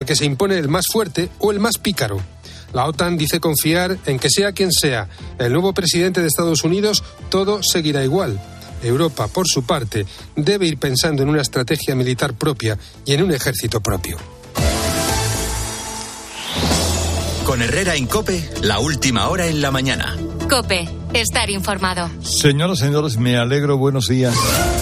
que se impone el más fuerte o el más pícaro. La OTAN dice confiar en que sea quien sea el nuevo presidente de Estados Unidos, todo seguirá igual. Europa, por su parte, debe ir pensando en una estrategia militar propia y en un ejército propio. Con Herrera en COPE, la última hora en la mañana. COPE, estar informado. Señoras, señores, me alegro, buenos días.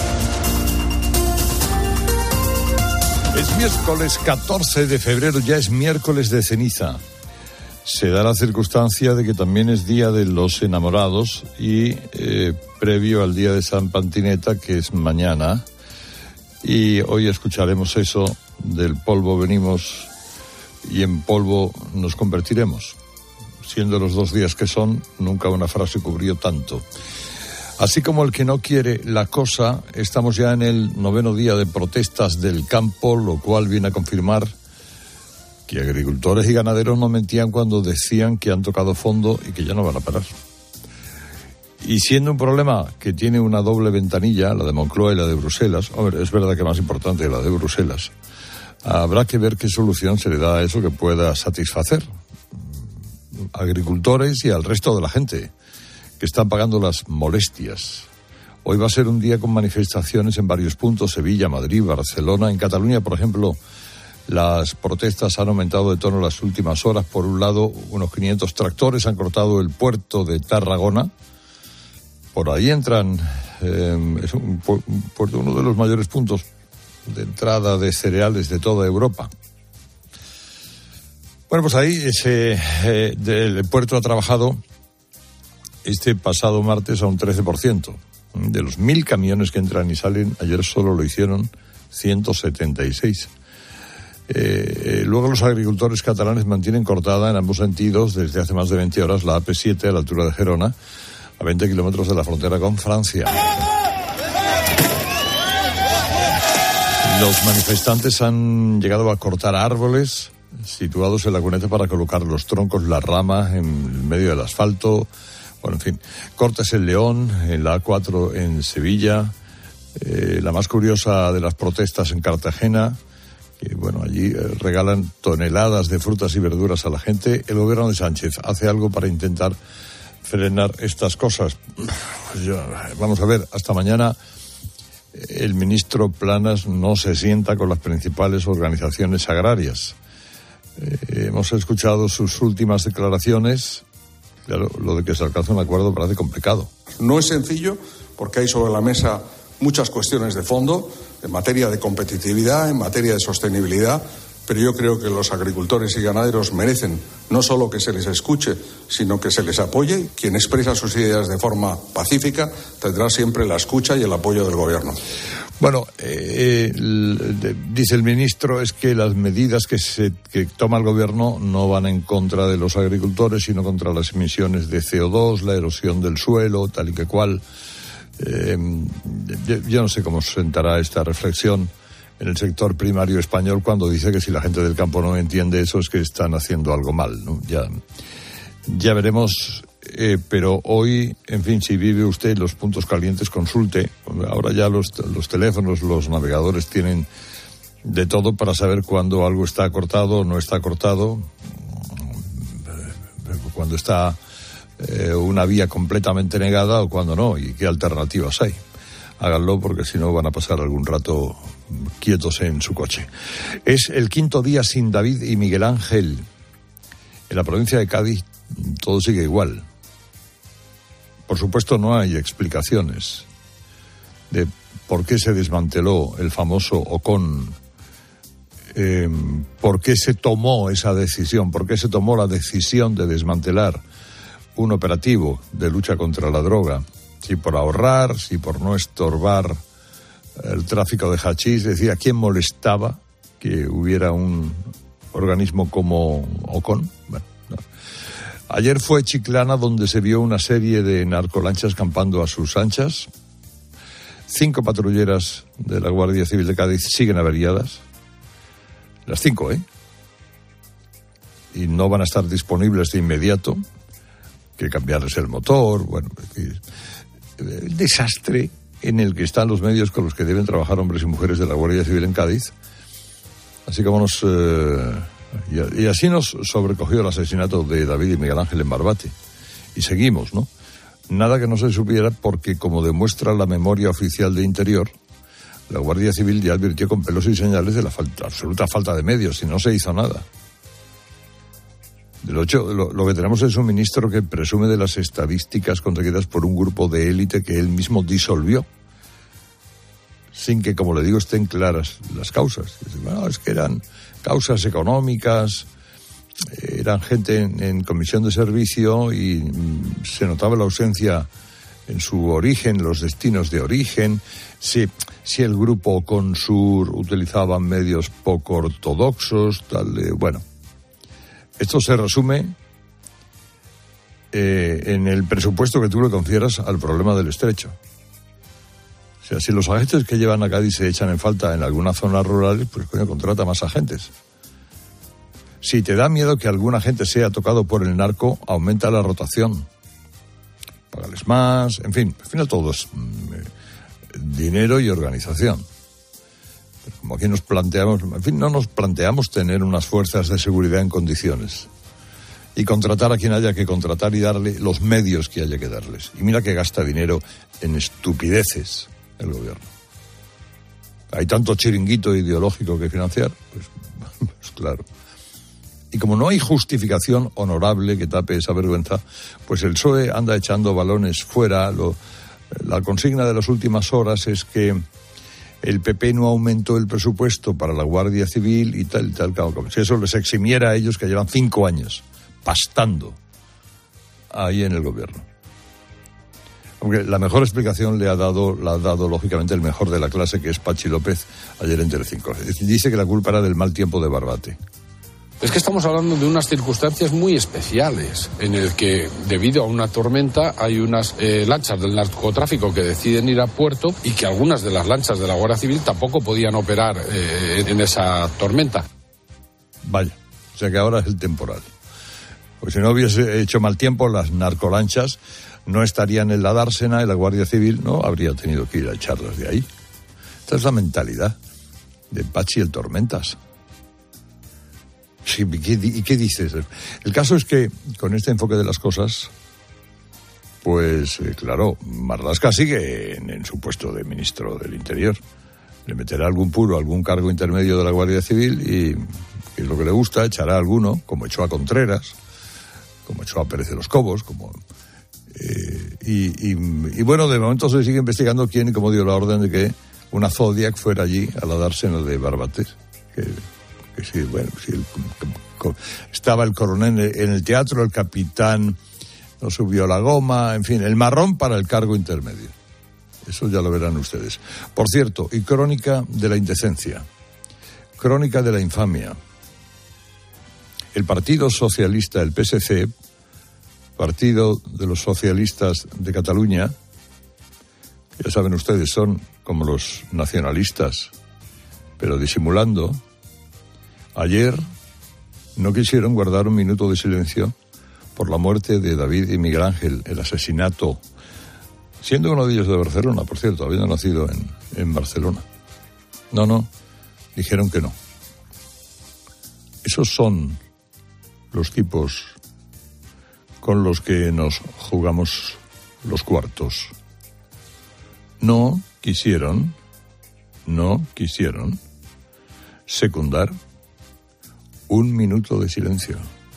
Es miércoles 14 de febrero, ya es miércoles de ceniza. Se da la circunstancia de que también es día de los enamorados y previo al día de San Pantineta, que es mañana. Y hoy escucharemos eso, del polvo venimos y en polvo nos convertiremos. Siendo los 2 días que son, nunca una frase cubrió tanto. Así como el que no quiere la cosa, estamos ya en el 9º día de protestas del campo, lo cual viene a confirmar que agricultores y ganaderos no mentían cuando decían que han tocado fondo y que ya no van a parar. Y siendo un problema que tiene una doble ventanilla, la de Moncloa y la de Bruselas, hombre, es verdad que más importante la de Bruselas, habrá que ver qué solución se le da a eso que pueda satisfacer agricultores y al resto de la gente que están pagando las molestias. Hoy va a ser un día con manifestaciones en varios puntos, Sevilla, Madrid, Barcelona. En Cataluña, por ejemplo, las protestas han aumentado de tono en las últimas horas. Por un lado, unos 500 tractores han cortado el puerto de Tarragona. Por ahí entran, es un puerto, uno de los mayores puntos de entrada de cereales de toda Europa. Bueno, pues ahí el puerto ha trabajado este pasado martes a un 13%. De los 1.000 camiones que entran y salen, ayer solo lo hicieron 176. Luego los agricultores catalanes mantienen cortada en ambos sentidos desde hace más de 20 horas la AP7 a la altura de Gerona, a 20 kilómetros de la frontera con Francia. Los manifestantes han llegado a cortar árboles situados en la cuneta para colocar los troncos, las ramas en medio del asfalto. Bueno, en fin, cortes en León, en la A4 en Sevilla, la más curiosa de las protestas en Cartagena, que bueno, allí regalan toneladas de frutas y verduras a la gente. El gobierno de Sánchez hace algo para intentar frenar estas cosas. Vamos a ver, hasta mañana el ministro Planas no se sienta con las principales organizaciones agrarias. Hemos escuchado sus últimas declaraciones. Claro, lo de que se alcance un acuerdo parece complicado. No es sencillo porque hay sobre la mesa muchas cuestiones de fondo en materia de competitividad, en materia de sostenibilidad, pero yo creo que los agricultores y ganaderos merecen no solo que se les escuche, sino que se les apoye. Quien expresa sus ideas de forma pacífica tendrá siempre la escucha y el apoyo del gobierno. Bueno, dice el ministro, es que las medidas que toma el gobierno no van en contra de los agricultores, sino contra las emisiones de CO2, la erosión del suelo, tal y que cual. Yo no sé cómo sentará esta reflexión en el sector primario español cuando dice que si la gente del campo no entiende eso es que están haciendo algo mal, ¿no? Ya veremos. Pero hoy, en fin, si vive usted los puntos calientes, consulte. Ahora ya los teléfonos, los navegadores tienen de todo para saber cuándo algo está cortado o no está cortado, cuando está una vía completamente negada o cuando no, y qué alternativas hay. Háganlo porque si no van a pasar algún rato quietos en su coche. Es el 5º día sin David y Miguel Ángel. En la provincia de Cádiz todo sigue igual. Por supuesto no hay explicaciones de por qué se desmanteló el famoso Ocon, por qué se tomó esa decisión, por qué se tomó la decisión de desmantelar un operativo de lucha contra la droga, si por ahorrar, si por no estorbar el tráfico de hachís. Decía, ¿a quién molestaba que hubiera un organismo como Ocon? Bueno, no. Ayer fue Chiclana, donde se vio una serie de narcolanchas campando a sus anchas. 5 patrulleras de la Guardia Civil de Cádiz siguen averiadas. Las 5, Y no van a estar disponibles de inmediato. Que cambiarles el motor. Bueno, el desastre en el que están los medios con los que deben trabajar hombres y mujeres de la Guardia Civil en Cádiz. Así como nos Y así nos sobrecogió el asesinato de David y Miguel Ángel en Barbate. Y seguimos, ¿no? Nada que no se supiera porque, como demuestra la memoria oficial de Interior, la Guardia Civil ya advirtió con pelos y señales de la absoluta falta de medios y no se hizo nada. De hecho, lo que tenemos es un ministro que presume de las estadísticas conseguidas por un grupo de élite que él mismo disolvió, sin que, como le digo, estén claras las causas. Bueno, es que eran causas económicas, eran gente en comisión de servicio y se notaba la ausencia en su origen, los destinos de origen, si el grupo Consur utilizaba medios poco ortodoxos, bueno. Esto se resume en el presupuesto que tú le confieras al problema del estrecho. O sea, si los agentes que llevan a Cádiz se echan en falta en algunas zonas rurales, pues coño, contrata más agentes. Si te da miedo que algún agente sea tocado por el narco, aumenta la rotación. Págales más, en fin, al final todo es dinero y organización. Pero como aquí nos planteamos, en fin, no nos planteamos tener unas fuerzas de seguridad en condiciones y contratar a quien haya que contratar y darle los medios que haya que darles. Y mira que gasta dinero en estupideces el gobierno. Hay tanto chiringuito ideológico que financiar, pues claro. Y como no hay justificación honorable que tape esa vergüenza, pues el PSOE anda echando balones fuera. La consigna de las últimas horas es que el PP no aumentó el presupuesto para la Guardia Civil y tal, como si eso les eximiera a ellos que llevan 5 años pastando ahí en el gobierno. Aunque la mejor explicación la ha dado lógicamente el mejor de la clase, que es Pachi López, ayer en Telecinco. Dice que la culpa era del mal tiempo de Barbate. Es que estamos hablando de unas circunstancias muy especiales, en el que, debido a una tormenta, hay unas lanchas del narcotráfico que deciden ir a puerto y que algunas de las lanchas de la Guardia Civil tampoco podían operar en esa tormenta. Vaya, o sea que ahora es el temporal. Pues si no hubiese hecho mal tiempo, las narcolanchas no estarían en la dársena y la Guardia Civil no habría tenido que ir a echarlas de ahí. Esta es la mentalidad de Pachi el Tormentas. Sí, ¿y qué dices? El caso es que con este enfoque de las cosas, pues claro, Marlaska sigue en su puesto de ministro del Interior. Le meterá algún puro, algún cargo intermedio de la Guardia Civil y es lo que le gusta, echará alguno, como echó a Contreras, como echó a Pérez de los Cobos, y bueno, de momento se sigue investigando quién y cómo dio la orden de que una Zodiac fuera allí a la dársena de Barbate, que sí, bueno, sí, estaba el coronel en el teatro, el capitán no subió la goma, en fin, el marrón para el cargo intermedio. Eso ya lo verán ustedes. Por cierto, y crónica de la indecencia, crónica de la infamia. El Partido Socialista, el PSC, Partido de los Socialistas de Cataluña, ya saben ustedes, son como los nacionalistas, pero disimulando. Ayer no quisieron guardar un minuto de silencio por la muerte de David y Miguel Ángel, el asesinato, siendo uno de ellos de Barcelona, por cierto, habiendo nacido en Barcelona. No, dijeron que no. Esos son los tipos con los que nos jugamos los cuartos. No quisieron secundar un minuto de silencio.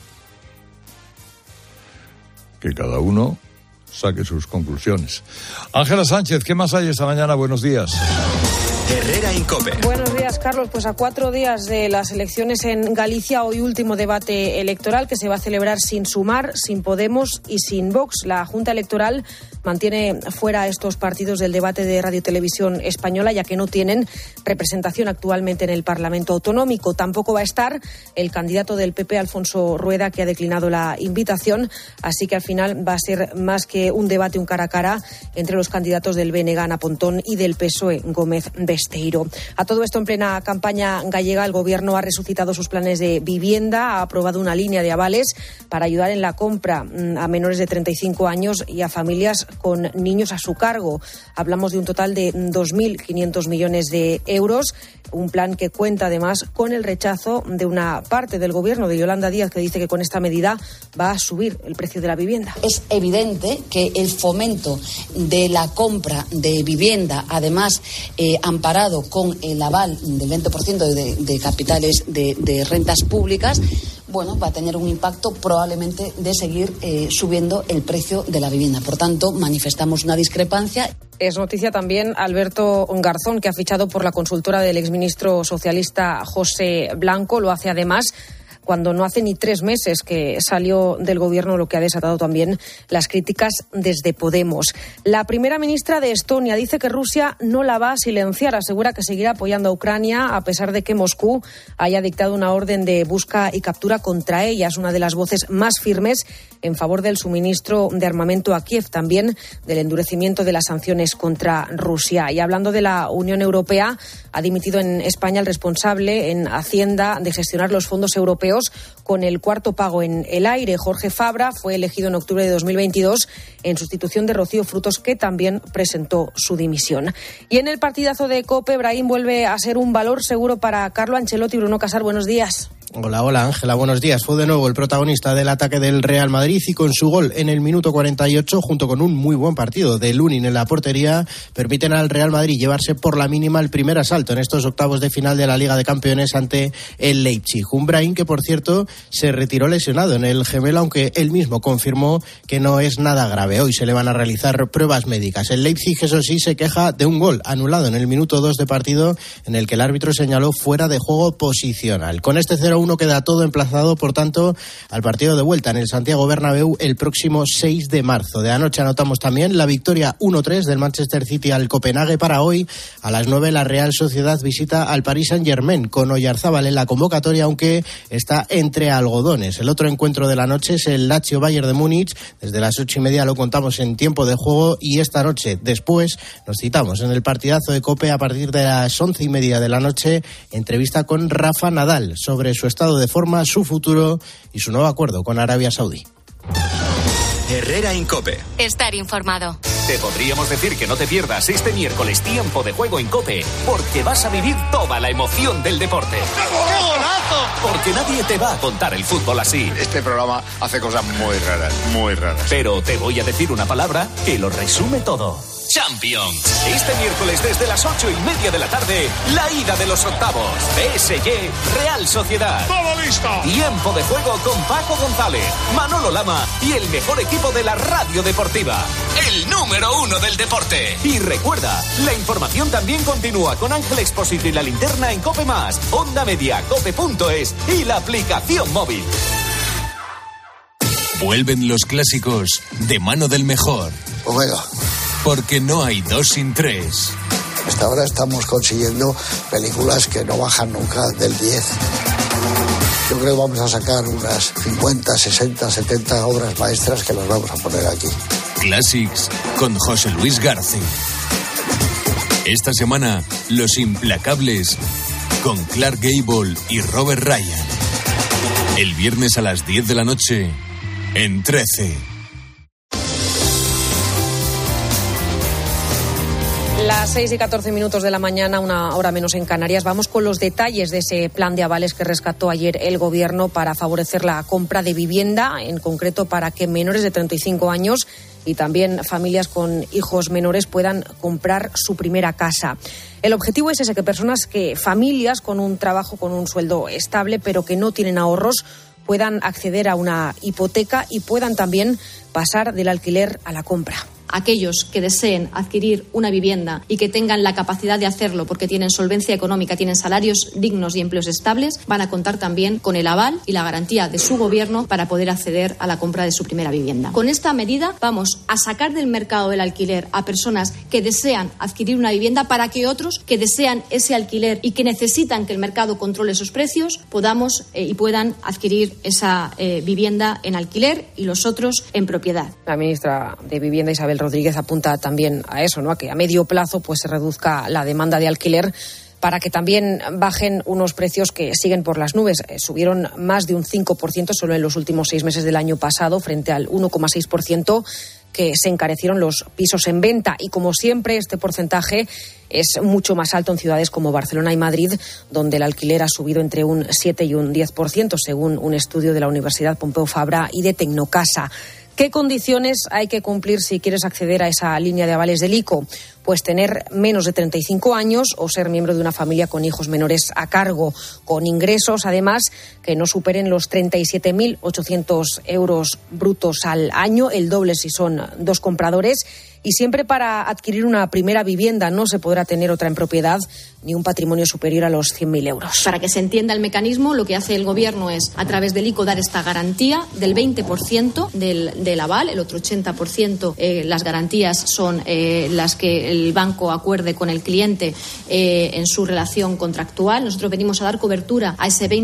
Que cada uno saque sus conclusiones. Ángela Sánchez, ¿qué más hay esta mañana? Buenos días. Herrera Incope. Buenos días, Carlos. Pues a 4 días de las elecciones en Galicia, hoy último debate electoral que se va a celebrar sin Sumar, sin Podemos y sin Vox. La Junta Electoral mantiene fuera a estos partidos del debate de Radio Televisión Española, ya que no tienen representación actualmente en el Parlamento Autonómico. Tampoco va a estar el candidato del PP, Alfonso Rueda, que ha declinado la invitación. Así que al final va a ser más que un debate, un cara a cara entre los candidatos del BNG, Ana Pontón, y del PSOE, Gómez Besteiro. A todo esto, en plena plena campaña gallega, el Gobierno ha resucitado sus planes de vivienda, ha aprobado una línea de avales para ayudar en la compra a menores de 35 años y a familias con niños a su cargo. Hablamos de un total de 2.500 millones de euros, un plan que cuenta además con el rechazo de una parte del Gobierno, de Yolanda Díaz, que dice que con esta medida va a subir el precio de la vivienda. Es evidente que el fomento de la compra de vivienda, además amparado con el aval del 20% de capitales de rentas públicas, bueno, va a tener un impacto probablemente de seguir subiendo el precio de la vivienda. Por tanto, manifestamos una discrepancia. Es noticia también Alberto Garzón, que ha fichado por la consultora del exministro socialista José Blanco. Lo hace además cuando no hace ni 3 meses que salió del Gobierno, lo que ha desatado también las críticas desde Podemos. La primera ministra de Estonia dice que Rusia no la va a silenciar. Asegura que seguirá apoyando a Ucrania a pesar de que Moscú haya dictado una orden de busca y captura contra ella. Es una de las voces más firmes en favor del suministro de armamento a Kiev, también del endurecimiento de las sanciones contra Rusia. Y hablando de la Unión Europea, ha dimitido en España el responsable en Hacienda de gestionar los fondos europeos con el cuarto pago en el aire. Jorge Fabra fue elegido en octubre de 2022 en sustitución de Rocío Frutos, que también presentó su dimisión. Y en el partidazo de COPE, Brahim vuelve a ser un valor seguro para Carlo Ancelotti. Bruno Casar, buenos días. Hola Ángela, buenos días. Fue de nuevo el protagonista del ataque del Real Madrid y con su gol en el minuto 48, junto con un muy buen partido de Lunin en la portería, permiten al Real Madrid llevarse por la mínima el primer asalto en estos octavos de final de la Liga de Campeones ante el Leipzig. Un Brahim que, por cierto, se retiró lesionado en el gemelo, aunque él mismo confirmó que no es nada grave. Hoy se le van a realizar pruebas médicas. El Leipzig, eso sí, se queja de un gol anulado en el minuto 2 de partido en el que el árbitro señaló fuera de juego posicional. Con este 0-1 queda todo emplazado, por tanto, al partido de vuelta en el Santiago Bernabéu el próximo 6 de marzo. De anoche anotamos también la victoria 1-3 del Manchester City al Copenhague. Para hoy, a las 9, la Real Sociedad visita al Paris Saint-Germain con Oyarzábal en la convocatoria, aunque está entre algodones. El otro encuentro de la noche es el Lazio Bayern de Múnich. Desde las 8:30 lo contamos en tiempo de juego, y esta noche después nos citamos en el partidazo de COPE a partir de las 11:30 de la noche, entrevista con Rafa Nadal sobre su estado de forma, su futuro y su nuevo acuerdo con Arabia Saudí. Herrera en COPE. Estar informado. Te podríamos decir que no te pierdas este miércoles tiempo de juego en COPE, porque vas a vivir toda la emoción del deporte. ¡Qué golazo! Porque nadie te va a contar el fútbol así. Este programa hace cosas muy raras, muy raras. Pero te voy a decir una palabra que lo resume todo. Champions. Este miércoles desde las 8:30 de la tarde, la ida de los octavos. PSG, Real Sociedad. ¡Todo listo! Tiempo de juego con Paco González, Manolo Lama y el mejor equipo de la radio deportiva. El número 1 del deporte. Y recuerda, la información también continúa con Ángel Expósito y La Linterna en COPE+, Onda Media, cope.es y la aplicación móvil. Vuelven los clásicos de mano del mejor. Omega. Porque no hay 2 sin 3. Hasta ahora estamos consiguiendo películas que no bajan nunca del 10. Yo creo que vamos a sacar unas 50, 60, 70 obras maestras que las vamos a poner aquí. Classics con José Luis García. Esta semana, Los Implacables con Clark Gable y Robert Ryan. El viernes a las 10 de la noche en 13. Las 6:14 de la mañana, una hora menos en Canarias. Vamos con los detalles de ese plan de avales que rescató ayer el Gobierno para favorecer la compra de vivienda, en concreto para que menores de 35 años y también familias con hijos menores puedan comprar su primera casa. El objetivo es ese, que familias con un trabajo, con un sueldo estable, pero que no tienen ahorros, puedan acceder a una hipoteca y puedan también pasar del alquiler a la compra. Aquellos que deseen adquirir una vivienda y que tengan la capacidad de hacerlo porque tienen solvencia económica, tienen salarios dignos y empleos estables, van a contar también con el aval y la garantía de su Gobierno para poder acceder a la compra de su primera vivienda. Con esta medida vamos a sacar del mercado del alquiler a personas que desean adquirir una vivienda para que otros que desean ese alquiler y que necesitan que el mercado controle sus precios podamos y puedan adquirir esa vivienda en alquiler y los otros en propiedad. La ministra de Vivienda, Isabel Rodríguez, apunta también a eso, ¿no? A que a medio plazo pues se reduzca la demanda de alquiler para que también bajen unos precios que siguen por las nubes. Subieron más de un 5% solo en los últimos 6 meses del año pasado, frente al 1,6% que se encarecieron los pisos en venta. Y como siempre, este porcentaje es mucho más alto en ciudades como Barcelona y Madrid, donde el alquiler ha subido entre un 7 y un 10%, según un estudio de la Universidad Pompeu Fabra y de Tecnocasa. ¿Qué condiciones hay que cumplir si quieres acceder a esa línea de avales del ICO? Pues tener menos de 35 años o ser miembro de una familia con hijos menores a cargo, con ingresos, además, que no superen los 37.800 euros brutos al año, el doble si son 2 compradores. Y siempre para adquirir una primera vivienda no se podrá tener otra en propiedad ni un patrimonio superior a los 100.000 euros. Para que se entienda el mecanismo, lo que hace el Gobierno es, a través del ICO, dar esta garantía del 20% del aval. El otro 80%, las garantías son las que el banco acuerde con el cliente en su relación contractual. Nosotros venimos a dar cobertura a ese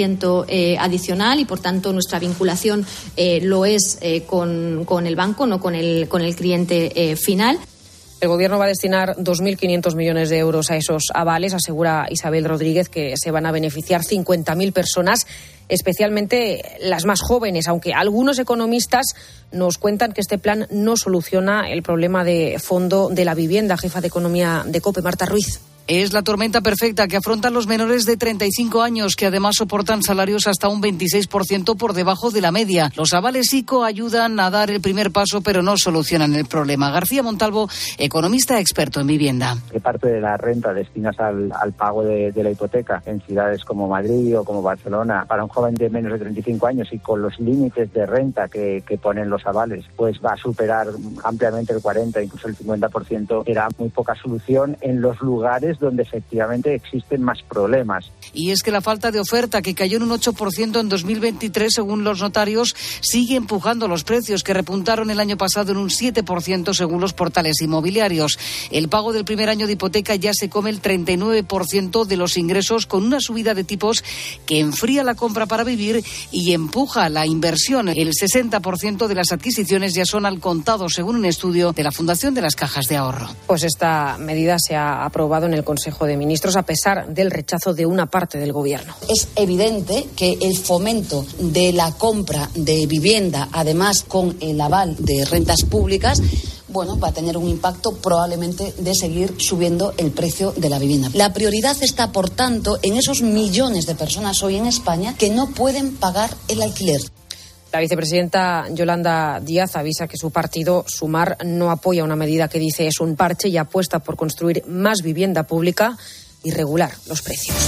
20% adicional y, por tanto, nuestra vinculación lo es con el banco, no con el cliente final. El Gobierno va a destinar 2.500 millones de euros a esos avales. Asegura Isabel Rodríguez que se van a beneficiar 50.000 personas, especialmente las más jóvenes, aunque algunos economistas nos cuentan que este plan no soluciona el problema de fondo de la vivienda. Jefa de Economía de COPE, Marta Ruiz. Es la tormenta perfecta que afrontan los menores de 35 años, que además soportan salarios hasta un 26% por debajo de la media. Los avales ICO ayudan a dar el primer paso, pero no solucionan el problema. García Montalvo, economista experto en vivienda. ¿Qué parte de la renta destinas al pago de la hipoteca en ciudades como Madrid o como Barcelona? Para un joven de menos de 35 años y con los límites de renta que ponen los avales, pues va a superar ampliamente el 40%, incluso el 50%. Será muy poca solución en los lugares donde efectivamente existen más problemas. Y es que la falta de oferta, que cayó en un 8% en 2023, según los notarios, sigue empujando los precios, que repuntaron el año pasado en un 7%, según los portales inmobiliarios. El pago del primer año de hipoteca ya se come el 39% de los ingresos, con una subida de tipos que enfría la compra para vivir y empuja la inversión. El 60% de las adquisiciones ya son al contado, según un estudio de la Fundación de las Cajas de Ahorro. Pues esta medida se ha aprobado en el Consejo de Ministros a pesar del rechazo de una parte del Gobierno. Es evidente que el fomento de la compra de vivienda, además con el aval de rentas públicas, va a tener un impacto probablemente de seguir subiendo el precio de la vivienda. La prioridad está, por tanto, en esos millones de personas hoy en España que no pueden pagar el alquiler. La vicepresidenta Yolanda Díaz avisa que su partido, Sumar, no apoya una medida que dice es un parche y apuesta por construir más vivienda pública y regular los precios.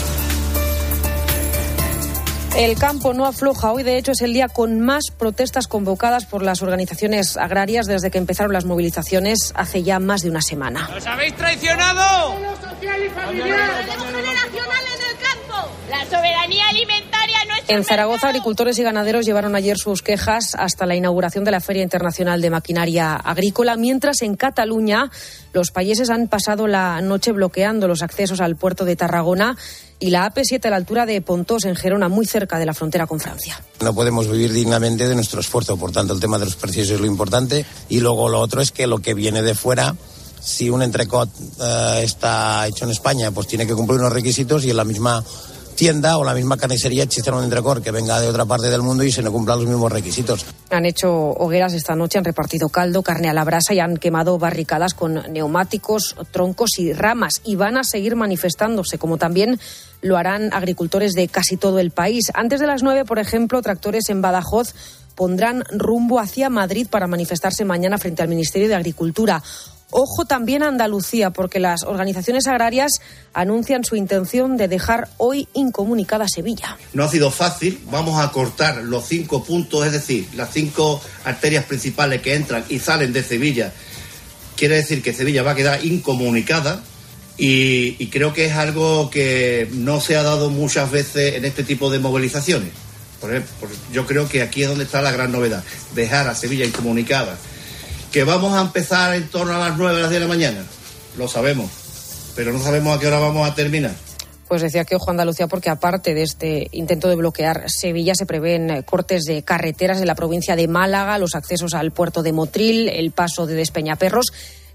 El campo no afloja. Hoy, de hecho, es el día con más protestas convocadas por las organizaciones agrarias desde que empezaron las movilizaciones hace ya más de una semana. ¡Nos habéis traicionado! Social y familiar. Generacional en el campo. La soberanía alimentaria no es... En Zaragoza, agricultores y ganaderos llevaron ayer sus quejas hasta la inauguración de la Feria Internacional de Maquinaria Agrícola, mientras en Cataluña los payeses han pasado la noche bloqueando los accesos al puerto de Tarragona y la AP7 a la altura de Pontós, en Gerona, muy cerca de la frontera con Francia. No podemos vivir dignamente de nuestro esfuerzo, por tanto el tema de los precios es lo importante, y luego lo otro es que lo que viene de fuera, si un entrecot está hecho en España, pues tiene que cumplir unos requisitos, y en la misma tienda o la misma carnicería existe un entrecot que venga de otra parte del mundo y se no cumplan los mismos requisitos. Han hecho hogueras esta noche, han repartido caldo, carne a la brasa y han quemado barricadas con neumáticos, troncos y ramas, y van a seguir manifestándose, como también lo harán agricultores de casi todo el país. Antes de las 9, por ejemplo, tractores en Badajoz pondrán rumbo hacia Madrid para manifestarse mañana frente al Ministerio de Agricultura. Ojo también a Andalucía, porque las organizaciones agrarias anuncian su intención de dejar hoy incomunicada Sevilla. No ha sido fácil, vamos a cortar los 5 puntos, es decir, las 5 arterias principales que entran y salen de Sevilla. Quiere decir que Sevilla va a quedar incomunicada y creo que es algo que no se ha dado muchas veces en este tipo de movilizaciones. Por ejemplo, yo creo que aquí es donde está la gran novedad, dejar a Sevilla incomunicada. ¿Que vamos a empezar en torno a las 9 de las 10 de la mañana? Lo sabemos, pero no sabemos a qué hora vamos a terminar. Pues decía que ojo Andalucía, porque aparte de este intento de bloquear Sevilla, se prevén cortes de carreteras en la provincia de Málaga, los accesos al puerto de Motril, el paso de Despeñaperros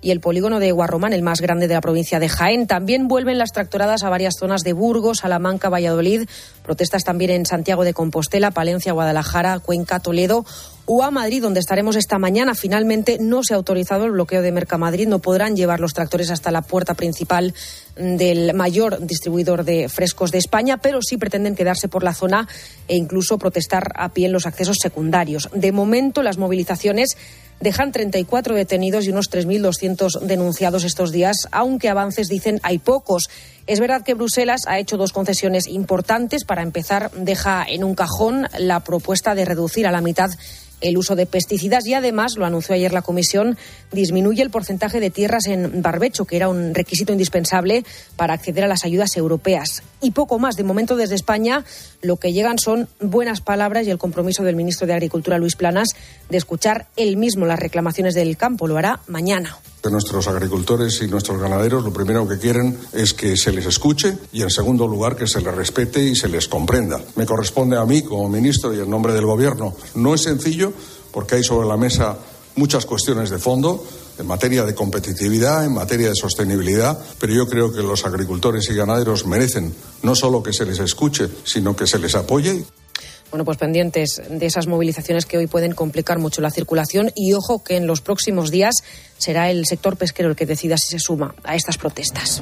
y el polígono de Guarromán, el más grande de la provincia de Jaén. También vuelven las tractoradas a varias zonas de Burgos, Salamanca, Valladolid. Protestas también en Santiago de Compostela, Palencia, Guadalajara, Cuenca, Toledo o a Madrid, donde estaremos esta mañana. Finalmente no se ha autorizado el bloqueo de Mercamadrid. No podrán llevar los tractores hasta la puerta principal del mayor distribuidor de frescos de España, pero sí pretenden quedarse por la zona e incluso protestar a pie en los accesos secundarios. De momento, las movilizaciones dejan 34 detenidos y unos 3.200 denunciados estos días, aunque avances, dicen, hay pocos. Es verdad que Bruselas ha hecho 2 concesiones importantes. Para empezar, deja en un cajón la propuesta de reducir a la mitad el uso de pesticidas y además, lo anunció ayer la Comisión, disminuye el porcentaje de tierras en barbecho, que era un requisito indispensable para acceder a las ayudas europeas. Y poco más. De momento, desde España, lo que llegan son buenas palabras y el compromiso del ministro de Agricultura, Luis Planas, de escuchar él mismo las reclamaciones del campo. Lo hará mañana. Nuestros agricultores y nuestros ganaderos lo primero que quieren es que se les escuche y, en segundo lugar, que se les respete y se les comprenda. Me corresponde a mí, como ministro y en nombre del Gobierno. No es sencillo porque hay sobre la mesa muchas cuestiones de fondo en materia de competitividad, en materia de sostenibilidad, pero yo creo que los agricultores y ganaderos merecen no solo que se les escuche, sino que se les apoye. Bueno, pues pendientes de esas movilizaciones que hoy pueden complicar mucho la circulación y ojo que en los próximos días será el sector pesquero el que decida si se suma a estas protestas.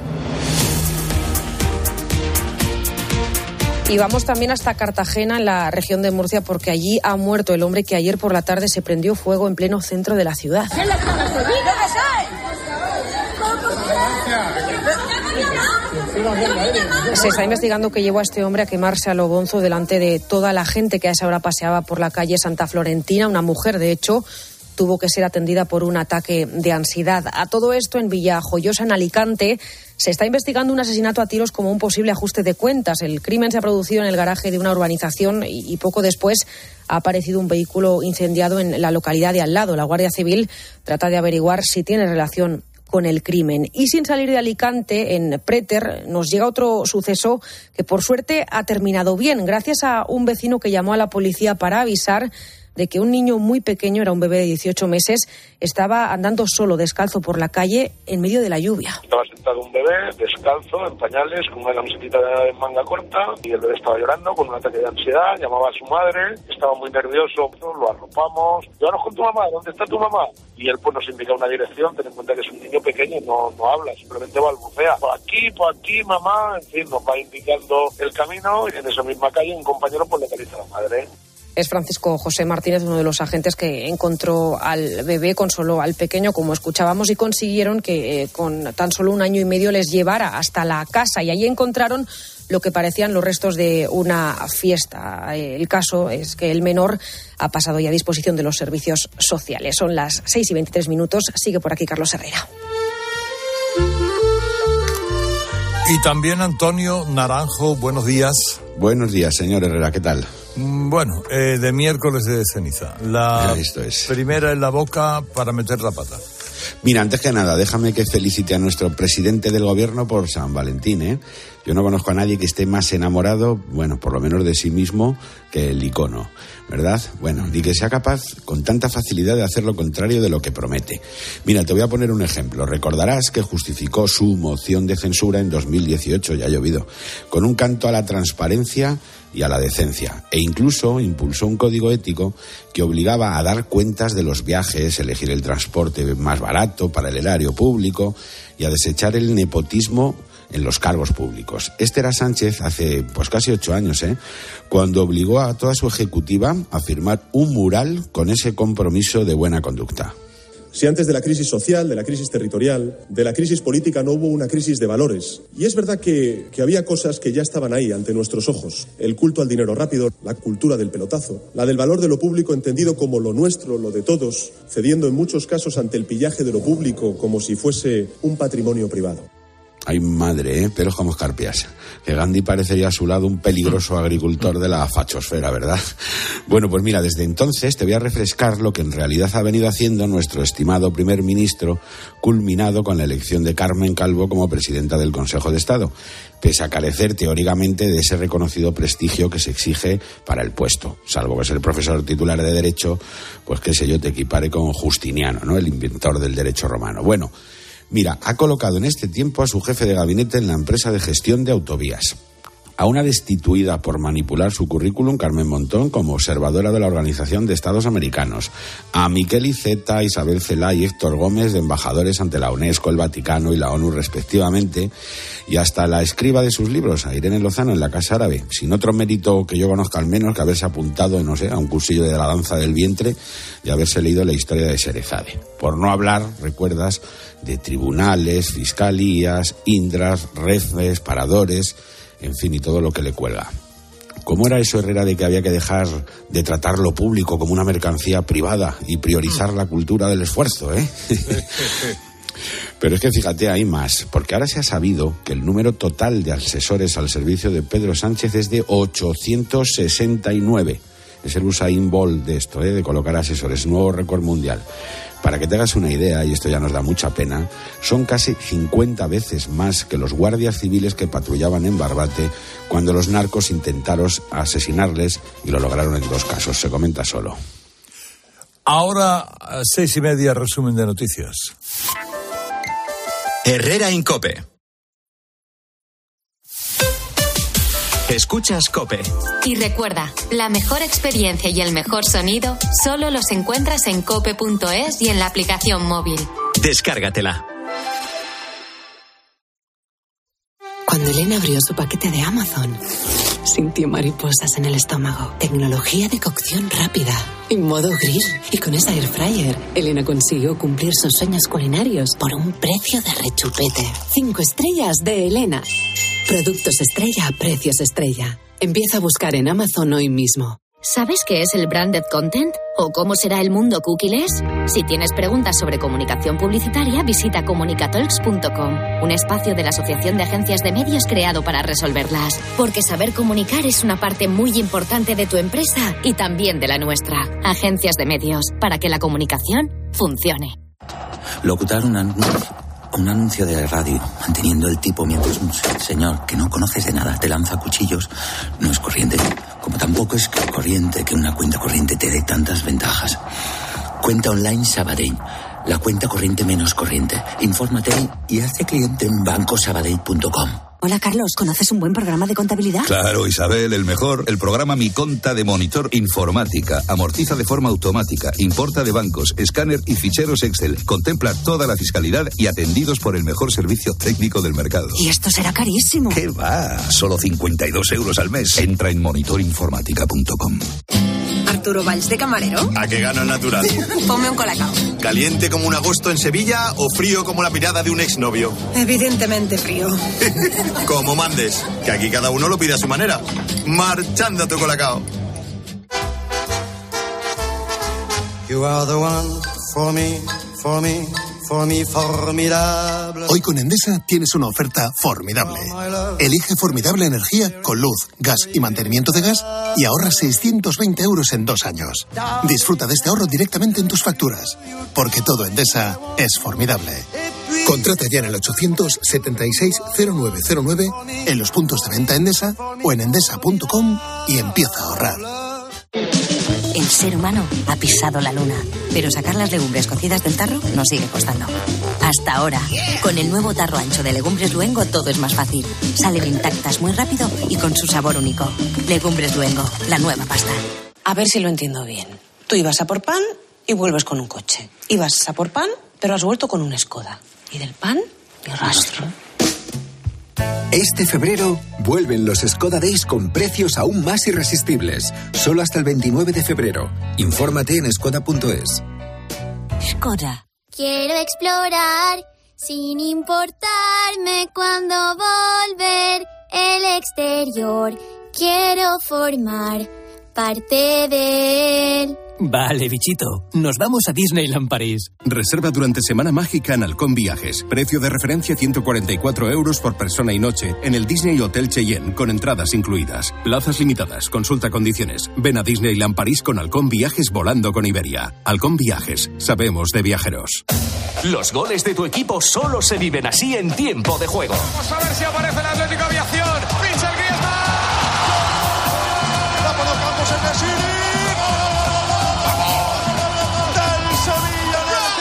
Y vamos también hasta Cartagena, en la región de Murcia, porque allí ha muerto el hombre que ayer por la tarde se prendió fuego en pleno centro de la ciudad. Se está investigando qué llevó a este hombre a quemarse a lo bonzo delante de toda la gente que a esa hora paseaba por la calle Santa Florentina. Una mujer, de hecho, tuvo que ser atendida por un ataque de ansiedad. A todo esto, en Villajoyosa, en Alicante, se está investigando un asesinato a tiros como un posible ajuste de cuentas. El crimen se ha producido en el garaje de una urbanización y poco después ha aparecido un vehículo incendiado en la localidad de al lado. La Guardia Civil trata de averiguar si tiene relación con el crimen. Y sin salir de Alicante, en Préter, nos llega otro suceso que por suerte ha terminado bien, gracias a un vecino que llamó a la policía para avisar de que un niño muy pequeño, era un bebé de 18 meses, estaba andando solo, descalzo por la calle en medio de la lluvia. Estaba sentado un bebé, descalzo, en pañales, con una camiseta de manga corta, y el bebé estaba llorando con un ataque de ansiedad, llamaba a su madre, estaba muy nervioso, lo arropamos, llévanos con tu mamá, ¿dónde está tu mamá? Y él pues nos indica una dirección, ten en cuenta que es un niño pequeño, no habla, simplemente balbucea. Por aquí, mamá, en fin, nos va indicando el camino, y en esa misma calle un compañero pues localiza a la madre. Es Francisco José Martínez, uno de los agentes que encontró al bebé, consoló al pequeño, como escuchábamos, y consiguieron que con tan solo 1 año y medio les llevara hasta la casa. Y allí encontraron lo que parecían los restos de una fiesta. El caso es que el menor ha pasado ya a disposición de los servicios sociales. Son las 6:23. Sigue por aquí Carlos Herrera. Y también Antonio Naranjo, buenos días. Buenos días, señor Herrera, ¿qué tal? Bueno, de miércoles de ceniza. La primera en la boca para meter la pata. Mira, antes que nada, déjame que felicite a nuestro presidente del gobierno por San Valentín, ¿eh? Yo no conozco a nadie que esté más enamorado, bueno, por lo menos de sí mismo, que el icono, ¿verdad? Bueno, y que sea capaz con tanta facilidad de hacer lo contrario de lo que promete. Mira, te voy a poner un ejemplo. Recordarás que justificó su moción de censura en 2018, ya ha llovido, con un canto a la transparencia y a la decencia, e incluso impulsó un código ético que obligaba a dar cuentas de los viajes, elegir el transporte más barato para el erario público y a desechar el nepotismo en los cargos públicos. Este era Sánchez hace pues casi 8 años, cuando obligó a toda su ejecutiva a firmar un mural con ese compromiso de buena conducta. Si antes de la crisis social, de la crisis territorial, de la crisis política no hubo una crisis de valores. Y es verdad que había cosas que ya estaban ahí ante nuestros ojos. El culto al dinero rápido, la cultura del pelotazo, la del valor de lo público entendido como lo nuestro, lo de todos, cediendo en muchos casos ante el pillaje de lo público como si fuese un patrimonio privado. Ay, madre, pelos como escarpias. Que Gandhi parecería a su lado un peligroso agricultor de la fachosfera, ¿verdad? Bueno, pues mira, desde entonces te voy a refrescar lo que en realidad ha venido haciendo nuestro estimado primer ministro, culminado con la elección de Carmen Calvo como presidenta del Consejo de Estado, pese a carecer teóricamente de ese reconocido prestigio que se exige para el puesto, salvo que ser profesor titular de Derecho, pues qué sé yo, te equipare con Justiniano, ¿no?, el inventor del derecho romano. Bueno, mira, ha colocado en este tiempo a su jefe de gabinete en la empresa de gestión de autovías. A una destituida por manipular su currículum, Carmen Montón, como observadora de la Organización de Estados Americanos. A Miquel Iceta, Isabel Cela y Héctor Gómez de embajadores ante la UNESCO, el Vaticano y la ONU respectivamente. Y hasta la escriba de sus libros, a Irene Lozano, en la Casa Árabe. Sin otro mérito que yo conozca al menos que haberse apuntado, no sé, a un cursillo de la danza del vientre y haberse leído la historia de Sherezade. Por no hablar, recuerdas, de tribunales, fiscalías, indras, refes, paradores, en fin, y todo lo que le cuelga. ¿Cómo era eso, Herrera, de que había que dejar de tratar lo público como una mercancía privada y priorizar la cultura del esfuerzo, eh? Pero es que fíjate, hay más, porque ahora se ha sabido que el número total de asesores al servicio de Pedro Sánchez es de 869. Es el Usain Bolt de esto, de colocar asesores, nuevo récord mundial. Para que te hagas una idea, y esto ya nos da mucha pena, son casi 50 veces más que los guardias civiles que patrullaban en Barbate cuando los narcos intentaron asesinarles, y lo lograron en 2 casos, se comenta solo. Ahora, a 6:30, resumen de noticias. Herrera en COPE. Escuchas COPE. Y recuerda, la mejor experiencia y el mejor sonido solo los encuentras en cope.es y en la aplicación móvil. Descárgatela. Cuando Elena abrió su paquete de Amazon, sintió mariposas en el estómago. Tecnología de cocción rápida, en modo grill. Y con esa air fryer, Elena consiguió cumplir sus sueños culinarios por un precio de rechupete. 5 estrellas de Elena. Productos estrella a precios estrella. Empieza a buscar en Amazon hoy mismo. ¿Sabes qué es el branded content? ¿O cómo será el mundo cookieless? Si tienes preguntas sobre comunicación publicitaria, visita comunicatalks.com, un espacio de la Asociación de Agencias de Medios creado para resolverlas. Porque saber comunicar es una parte muy importante de tu empresa y también de la nuestra. Agencias de Medios, para que la comunicación funcione. Locutar un anuncio de radio, manteniendo el tipo mientras un señor que no conoces de nada te lanza cuchillos, no es corriente. Como tampoco es corriente que una cuenta corriente te dé tantas ventajas. Cuenta online Sabadell, la cuenta corriente menos corriente. Infórmate y hazte cliente en bancosabadell.com. Hola, Carlos, ¿conoces un buen programa de contabilidad? Claro, Isabel, el mejor. El programa Mi Conta de Monitor Informática. Amortiza de forma automática, importa de bancos, escáner y ficheros Excel. Contempla toda la fiscalidad y atendidos por el mejor servicio técnico del mercado. Y esto será carísimo. ¿Qué va? Solo 52 euros al mes. Entra en monitorinformática.com. ¿Arturo Valls de camarero? ¿A qué gano el natural? Ponme un colacao. ¿Caliente como un agosto en Sevilla o frío como la mirada de un exnovio? Evidentemente frío. Como mandes, que aquí cada uno lo pide a su manera. Marchando tu colacao. You are the one for me, for me. Formidable. Hoy con Endesa tienes una oferta formidable. Elige formidable energía con luz, gas y mantenimiento de gas y ahorra 620 euros en 2 años. Disfruta de este ahorro directamente en tus facturas, porque todo Endesa es formidable. Contrata ya en el 876-0909, en los puntos de venta Endesa o en endesa.com y empieza a ahorrar. El ser humano ha pisado la luna, pero sacar las legumbres cocidas del tarro nos sigue costando. Hasta ahora, con el nuevo tarro ancho de Legumbres Luengo todo es más fácil. Salen intactas muy rápido y con su sabor único. Legumbres Luengo, la nueva pasta. A ver si lo entiendo bien. Tú ibas a por pan y vuelves con un coche. Ibas a por pan, pero has vuelto con una Skoda. Y del pan, ni rastro. Este febrero vuelven los Skoda Days con precios aún más irresistibles. Solo hasta el 29 de febrero. Infórmate en skoda.es. Skoda. Quiero explorar sin importarme cuándo volver el exterior. Quiero formar parte de él. Vale, bichito. Nos vamos a Disneyland París. Reserva durante Semana Mágica en Halcón Viajes. Precio de referencia 144 € por persona y noche en el Disney Hotel Cheyenne, con entradas incluidas. Plazas limitadas. Consulta condiciones. Ven a Disneyland París con Halcón Viajes volando con Iberia. Halcón Viajes. Sabemos de viajeros. Los goles de tu equipo solo se viven así en tiempo de juego. Vamos a ver si aparece el Atlético Aviación. Pincha el Griezmann. Va por los campos el Nesiri. Del Sevilla.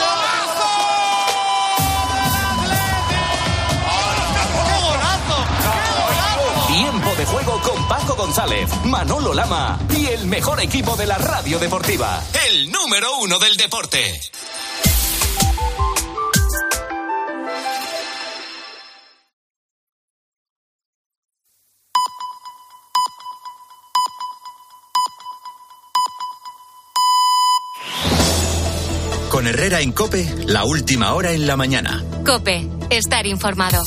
Tiempo de juego con Paco González, Manolo Lama y el mejor equipo de la radio deportiva. El número 1 del deporte. Con Herrera en COPE, la última hora en la mañana. COPE, estar informado.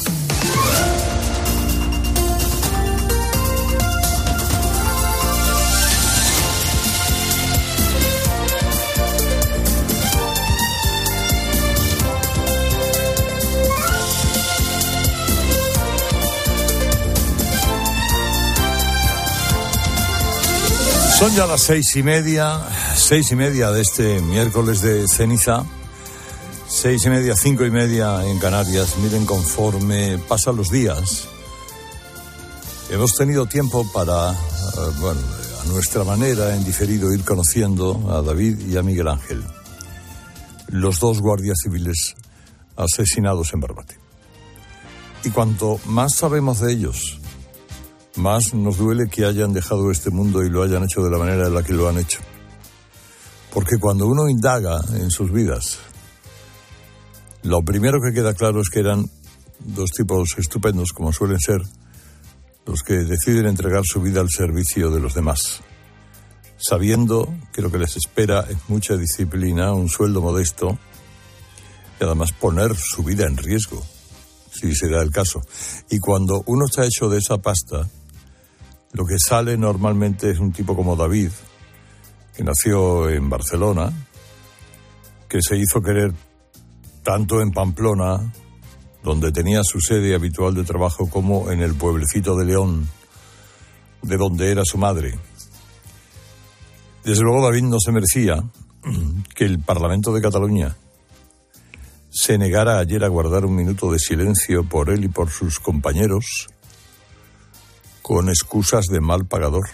Son ya las 6:30 de este miércoles de ceniza. 6:30, 5:30 en Canarias. Miren, conforme pasan los días, hemos tenido tiempo para, a nuestra manera, en diferido, ir conociendo a David y a Miguel Ángel, los dos guardias civiles asesinados en Barbate. Y cuanto más sabemos de ellos, más nos duele que hayan dejado este mundo y lo hayan hecho de la manera en la que lo han hecho. Porque cuando uno indaga en sus vidas, lo primero que queda claro es que eran dos tipos estupendos, como suelen ser los que deciden entregar su vida al servicio de los demás, sabiendo que lo que les espera es mucha disciplina, un sueldo modesto y además poner su vida en riesgo, si será el caso. Y cuando uno está hecho de esa pasta, lo que sale normalmente es un tipo como David, que nació en Barcelona, que se hizo querer tanto en Pamplona, donde tenía su sede habitual de trabajo, como en el pueblecito de León, de donde era su madre. Desde luego David no se merecía que el Parlamento de Cataluña se negara ayer a guardar un minuto de silencio por él y por sus compañeros, con excusas de mal pagador.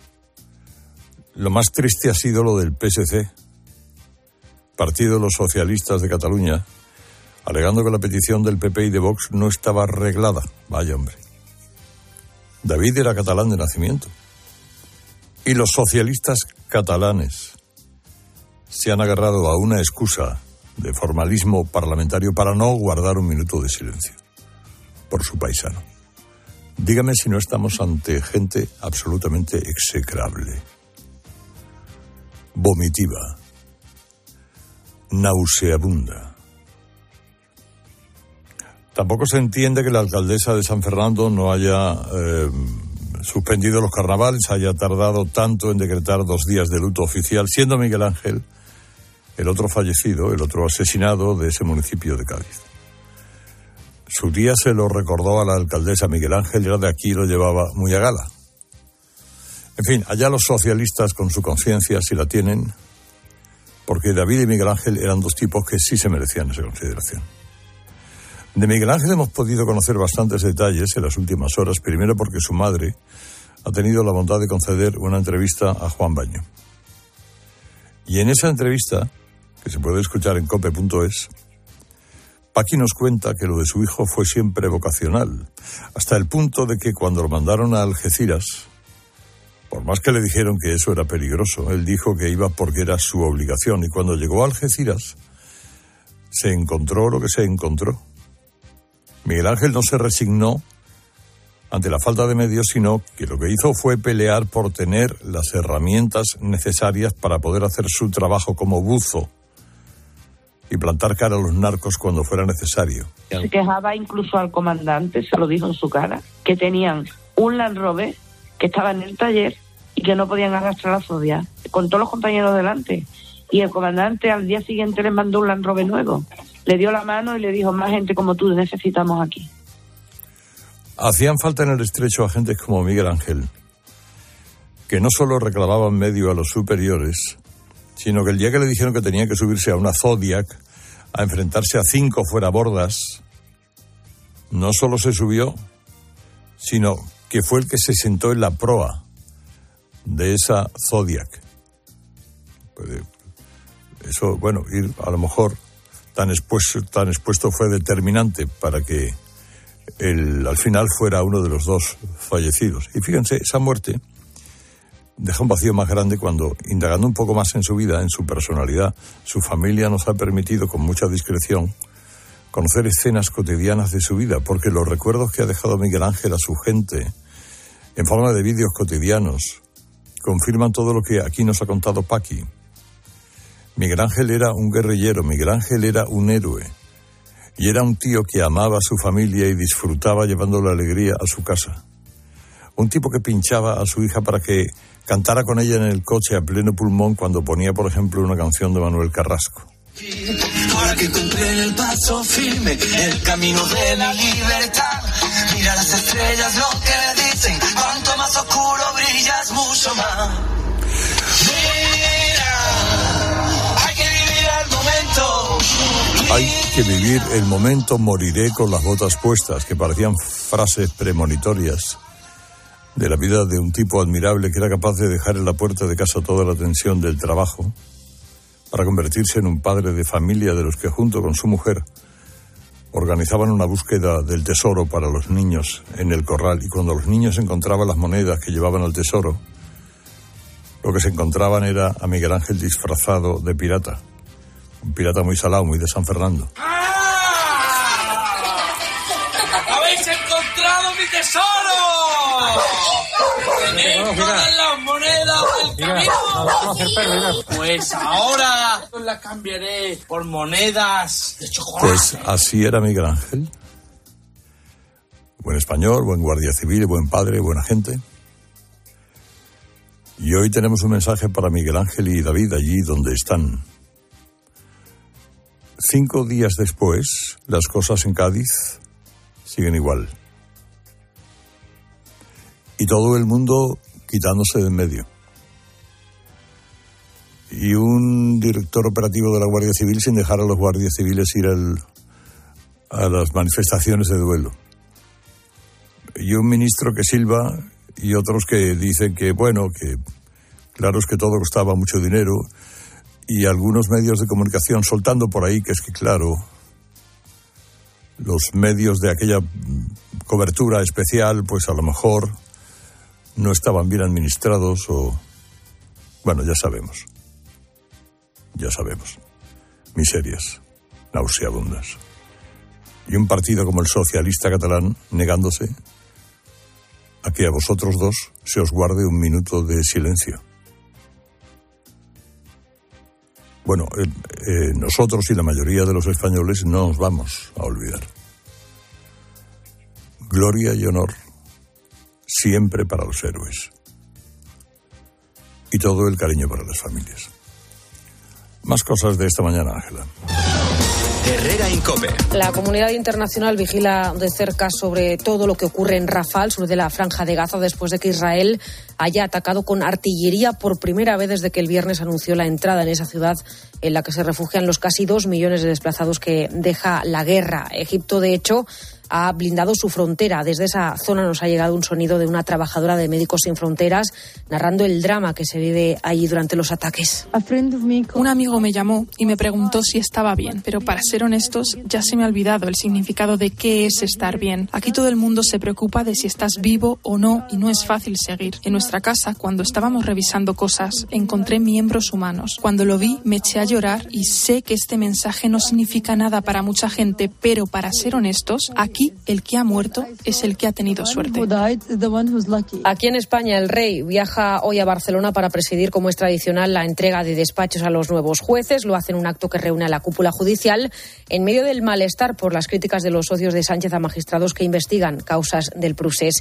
Lo más triste ha sido lo del PSC, Partido de los Socialistas de Cataluña, alegando que la petición del PP y de Vox no estaba arreglada. Vaya hombre. David era catalán de nacimiento. Y los socialistas catalanes se han agarrado a una excusa de formalismo parlamentario para no guardar un minuto de silencio por su paisano. Dígame si no estamos ante gente absolutamente execrable, vomitiva, nauseabunda. Tampoco se entiende que la alcaldesa de San Fernando no haya suspendido los carnavales, haya tardado tanto en decretar 2 días de luto oficial, siendo Miguel Ángel el otro fallecido, el otro asesinado de ese municipio de Cádiz. Su día se lo recordó a la alcaldesa. Miguel Ángel era de aquí y lo llevaba muy a gala. En fin, allá los socialistas con su conciencia, si la tienen, porque David y Miguel Ángel eran dos tipos que sí se merecían esa consideración. De Miguel Ángel hemos podido conocer bastantes detalles en las últimas horas, primero porque su madre ha tenido la bondad de conceder una entrevista a Juan Baño. Y en esa entrevista, que se puede escuchar en cope.es, Paqui nos cuenta que lo de su hijo fue siempre vocacional, hasta el punto de que cuando lo mandaron a Algeciras, por más que le dijeron que eso era peligroso, él dijo que iba porque era su obligación, y cuando llegó a Algeciras se encontró lo que se encontró. Miguel Ángel no se resignó ante la falta de medios, sino que lo que hizo fue pelear por tener las herramientas necesarias para poder hacer su trabajo como buzo y plantar cara a los narcos cuando fuera necesario. Se quejaba incluso al comandante, se lo dijo en su cara, que tenían un Land Rover que estaba en el taller y que no podían arrastrar la Zodiac, con todos los compañeros delante. Y el comandante al día siguiente les mandó un Land Rover nuevo. Le dio la mano y le dijo, más gente como tú necesitamos aquí. Hacían falta en el estrecho agentes como Miguel Ángel, que no solo reclamaban medio a los superiores, sino que el día que le dijeron que tenía que subirse a una Zodiac a enfrentarse a 5 fuerabordas, no solo se subió, sino que fue el que se sentó en la proa de esa Zodiac. Eso, bueno, ir a lo mejor tan expuesto fue determinante para que al final fuera uno de los 2 fallecidos. Y fíjense, esa muerte deja un vacío más grande cuando, indagando un poco más en su vida, en su personalidad, su familia nos ha permitido con mucha discreción conocer escenas cotidianas de su vida, porque los recuerdos que ha dejado Miguel Ángel a su gente en forma de vídeos cotidianos confirman todo lo que aquí nos ha contado Paqui. Miguel Ángel era un guerrillero, Miguel Ángel era un héroe y era un tío que amaba a su familia y disfrutaba llevando la alegría a su casa. Un tipo que pinchaba a su hija para que cantara con ella en el coche a pleno pulmón cuando ponía, por ejemplo, una canción de Manuel Carrasco. Ahora que encontré el paso firme, el camino de la libertad, mira las estrellas lo que dicen, cuanto más oscuro brillas, mucho más. Mira, hay que vivir el momento. Hay que vivir el momento, moriré con las botas puestas, que parecían frases premonitorias de la vida de un tipo admirable que era capaz de dejar en la puerta de casa toda la tensión del trabajo para convertirse en un padre de familia de los que junto con su mujer organizaban una búsqueda del tesoro para los niños en el corral, y cuando los niños encontraban las monedas que llevaban al tesoro, lo que se encontraban era a Miguel Ángel disfrazado de pirata, un pirata muy salado, muy de San Fernando. ¡Habéis encontrado mi tesoro! ¡Tenéis todas las monedas del camino! Pues ahora las cambiaré por monedas de chocolate. Pues así era Miguel Ángel. Buen español, buen guardia civil, buen padre, buena gente. Y hoy tenemos un mensaje para Miguel Ángel y David allí donde están. 5 días después, las cosas en Cádiz siguen igual. Y todo el mundo quitándose de en medio. Y un director operativo de la Guardia Civil sin dejar a los guardias civiles ir a las manifestaciones de duelo. Y un ministro que silba y otros que dicen que, bueno, que claro es que todo costaba mucho dinero, y algunos medios de comunicación soltando por ahí que es que, claro, los medios de aquella cobertura especial, pues a lo mejor no estaban bien administrados o... Bueno, ya sabemos. Miserias, nauseabundas. Y un partido como el socialista catalán negándose a que a vosotros 2 se os guarde un minuto de silencio. Bueno, nosotros y la mayoría de los españoles no nos vamos a olvidar. Gloria y honor siempre para los héroes. Y todo el cariño para las familias. Más cosas de esta mañana, Ángela. Herrera Incope. La comunidad internacional vigila de cerca sobre todo lo que ocurre en Rafah, al sur de la Franja de Gaza, después de que Israel haya atacado con artillería por primera vez desde que el viernes anunció la entrada en esa ciudad en la que se refugian los casi 2 millones de desplazados que deja la guerra. Egipto, de hecho, ha blindado su frontera. Desde esa zona nos ha llegado un sonido de una trabajadora de Médicos Sin Fronteras narrando el drama que se vive allí durante los ataques. Un amigo me llamó y me preguntó si estaba bien, pero para ser honestos ya se me ha olvidado el significado de qué es estar bien. Aquí todo el mundo se preocupa de si estás vivo o no y no es fácil seguir. En nuestra casa, cuando estábamos revisando cosas, encontré miembros humanos. Cuando lo vi me eché a llorar y sé que este mensaje no significa nada para mucha gente, pero para ser honestos, aquí el que ha muerto es el que ha tenido suerte. Aquí en España el rey viaja hoy a Barcelona para presidir, como es tradicional, la entrega de despachos a los nuevos jueces. Lo hace en un acto que reúne a la cúpula judicial en medio del malestar por las críticas de los socios de Sánchez a magistrados que investigan causas del procés.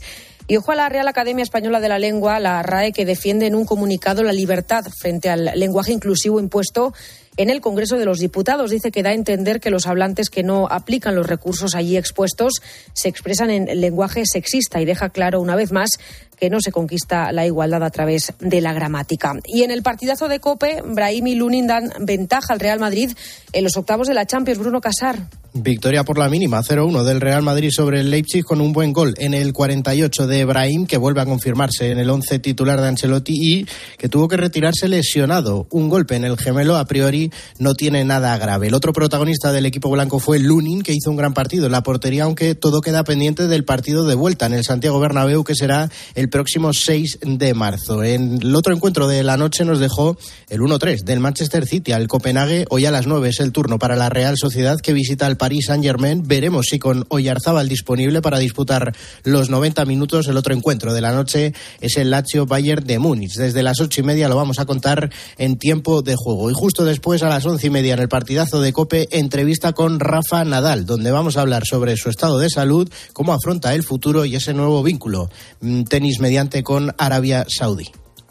Y ojo a la Real Academia Española de la Lengua, la RAE, que defiende en un comunicado la libertad frente al lenguaje inclusivo impuesto en el Congreso de los Diputados. Dice que da a entender que los hablantes que no aplican los recursos allí expuestos se expresan en lenguaje sexista y deja claro una vez más que no se conquista la igualdad a través de la gramática. Y en el partidazo de COPE, Brahim y Lunin dan ventaja al Real Madrid en los octavos de la Champions. Bruno Casar. Victoria por la mínima, 0-1 del Real Madrid sobre el Leipzig con un buen gol en el 48 de Brahim, que vuelve a confirmarse en el 11 titular de Ancelotti y que tuvo que retirarse lesionado. Un golpe en el gemelo a priori no tiene nada grave. El otro protagonista del equipo blanco fue Lunin, que hizo un gran partido en la portería, aunque todo queda pendiente del partido de vuelta en el Santiago Bernabéu, que será el próximo 6 de marzo. En el otro encuentro de la noche nos dejó el 1-3 del Manchester City al Copenhague. Hoy a las 9 es el turno para la Real Sociedad, que visita al Paris Saint-Germain. Veremos si con Oyarzábal disponible para disputar los 90 minutos. El otro encuentro de la noche es el Lazio-Bayern de Múnich. Desde las 8:30 lo vamos a contar en tiempo de juego. Y justo después, a las 11:30, en el partidazo de COPE, entrevista con Rafa Nadal, donde vamos a hablar sobre su estado de salud, cómo afronta el futuro y ese nuevo vínculo, tenis mediante, con Arabia Saudí.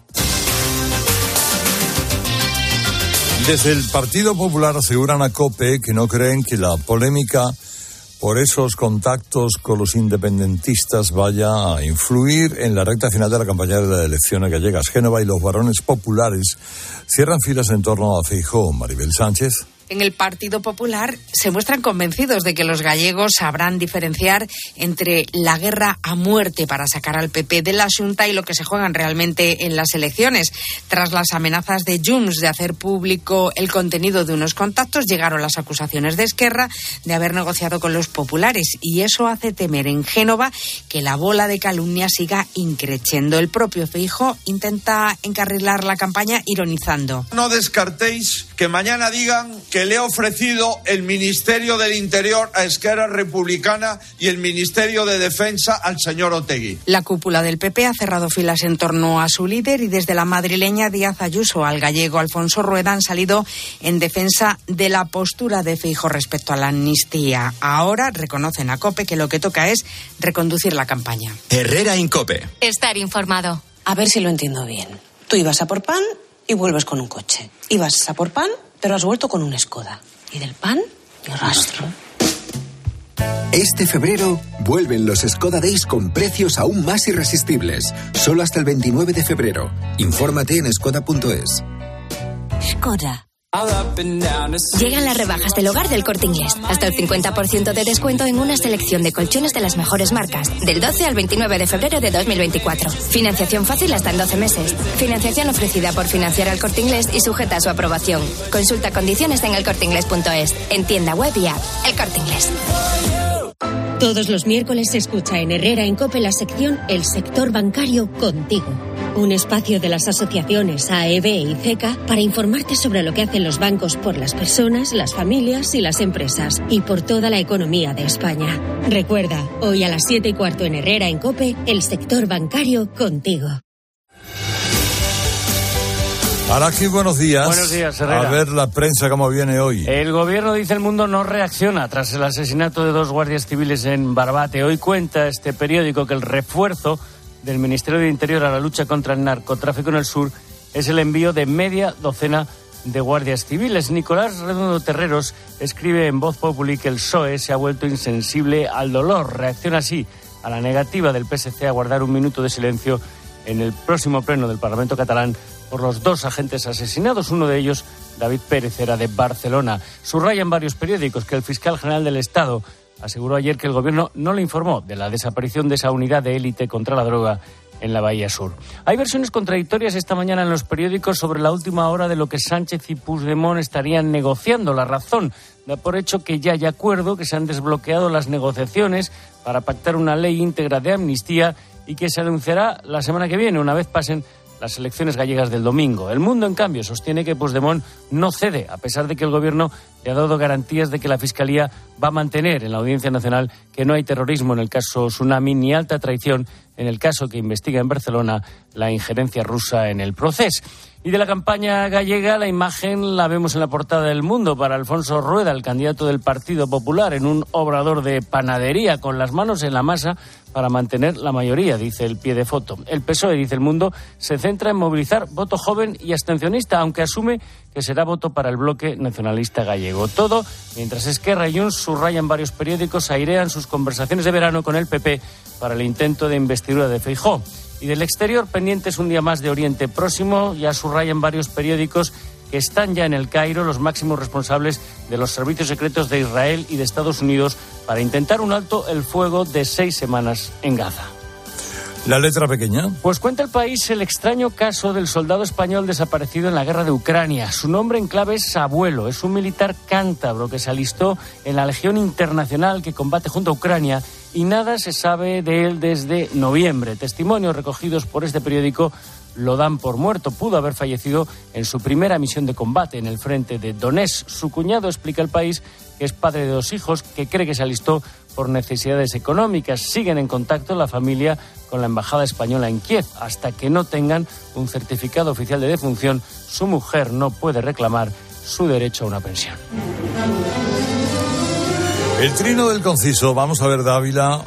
Desde el Partido Popular aseguran a COPE que no creen que la polémica por esos contactos con los independentistas vaya a influir en la recta final de la campaña de las elecciones gallegas. Génova y los varones populares cierran filas en torno a Feijóo. Maribel Sánchez. En el Partido Popular se muestran convencidos de que los gallegos sabrán diferenciar entre la guerra a muerte para sacar al PP de la Xunta y lo que se juegan realmente en las elecciones. Tras las amenazas de Junts de hacer público el contenido de unos contactos, llegaron las acusaciones de Esquerra de haber negociado con los populares, y eso hace temer en Génova que la bola de calumnia siga increciendo. El propio Feijóo intenta encarrilar la campaña ironizando. No descartéis que mañana digan que le he ofrecido el Ministerio del Interior a Esquerra Republicana y el Ministerio de Defensa al señor Otegi. La cúpula del PP ha cerrado filas en torno a su líder y desde la madrileña Díaz Ayuso al gallego Alfonso Rueda han salido en defensa de la postura de Feijóo respecto a la amnistía. Ahora reconocen a COPE que lo que toca es reconducir la campaña. Herrera en COPE. Estar informado. A ver si lo entiendo bien. Tú ibas a por pan y vuelves con un coche. Ibas a por pan, pero has vuelto con un Skoda. Y del pan, ni rastro. Este febrero vuelven los Skoda Days con precios aún más irresistibles. Solo hasta el 29 de febrero. Infórmate en skoda.es. Skoda. Llegan las rebajas del hogar del Corte Inglés. Hasta el 50% de descuento en una selección de colchones de las mejores marcas. Del 12 al 29 de febrero de 2024. Financiación fácil hasta en 12 meses. Financiación ofrecida por Financiar al Corte Inglés y sujeta a su aprobación. Consulta condiciones en elcorteinglés.es. En tienda web y app. El Corte Inglés. Todos los miércoles se escucha en Herrera en COPE la sección El sector bancario contigo. Un espacio de las asociaciones AEB y CECA para informarte sobre lo que hacen los bancos por las personas, las familias y las empresas y por toda la economía de España. Recuerda, hoy a las 7:15 en Herrera en COPE, El sector bancario contigo. Araki, buenos días. Buenos días, Herrera. A ver la prensa cómo viene hoy. El gobierno, dice El Mundo, no reacciona tras el asesinato de 2 guardias civiles en Barbate. Hoy cuenta este periódico que el refuerzo del Ministerio de Interior a la lucha contra el narcotráfico en el sur es el envío de media docena de guardias civiles. Nicolás Redondo Terreros escribe en Voz Populi que el PSOE se ha vuelto insensible al dolor. Reacciona así a la negativa del PSC a guardar un minuto de silencio en el próximo pleno del Parlamento catalán por los 2 agentes asesinados. Uno de ellos, David Pérez, era de Barcelona. Subrayan varios periódicos que el fiscal general del Estado aseguró ayer que el gobierno no le informó de la desaparición de esa unidad de élite contra la droga en la Bahía Sur. Hay versiones contradictorias esta mañana en los periódicos sobre la última hora de lo que Sánchez y Puigdemont estarían negociando. La Razón da por hecho que ya hay acuerdo, que se han desbloqueado las negociaciones para pactar una ley íntegra de amnistía y que se anunciará la semana que viene, una vez pasen las elecciones gallegas del domingo. El Mundo, en cambio, sostiene que Puigdemont no cede, a pesar de que el Gobierno le ha dado garantías de que la Fiscalía va a mantener en la Audiencia Nacional que no hay terrorismo en el caso Tsunami ni alta traición en el caso que investiga en Barcelona la injerencia rusa en el proceso. Y de la campaña gallega, la imagen la vemos en la portada del Mundo para Alfonso Rueda, el candidato del Partido Popular, en un obrador de panadería con las manos en la masa para mantener la mayoría, dice el pie de foto. El PSOE, dice el Mundo, se centra en movilizar voto joven y abstencionista, aunque asume que será voto para el bloque nacionalista gallego. Todo mientras Esquerra y Junts subrayan varios periódicos, airean sus conversaciones de verano con el PP para el intento de investidura de Feijóo. Y del exterior, pendientes un día más de Oriente Próximo, ya subrayan varios periódicos que están ya en el Cairo los máximos responsables de los servicios secretos de Israel y de Estados Unidos para intentar un alto el fuego de 6 semanas en Gaza. ¿La letra pequeña? Pues cuenta El País el extraño caso del soldado español desaparecido en la guerra de Ucrania. Su nombre en clave es Abuelo, es un militar cántabro que se alistó en la Legión Internacional que combate junto a Ucrania y nada se sabe de él desde noviembre. Testimonios recogidos por este periódico lo dan por muerto. Pudo haber fallecido en su primera misión de combate en el frente de Donetsk. Su cuñado explica El País que es padre de 2 hijos, que cree que se alistó por necesidades económicas. Siguen en contacto la familia con la embajada española en Kiev. Hasta que no tengan un certificado oficial de defunción, su mujer no puede reclamar su derecho a una pensión. El trino del conciso. Vamos a ver, Dávila.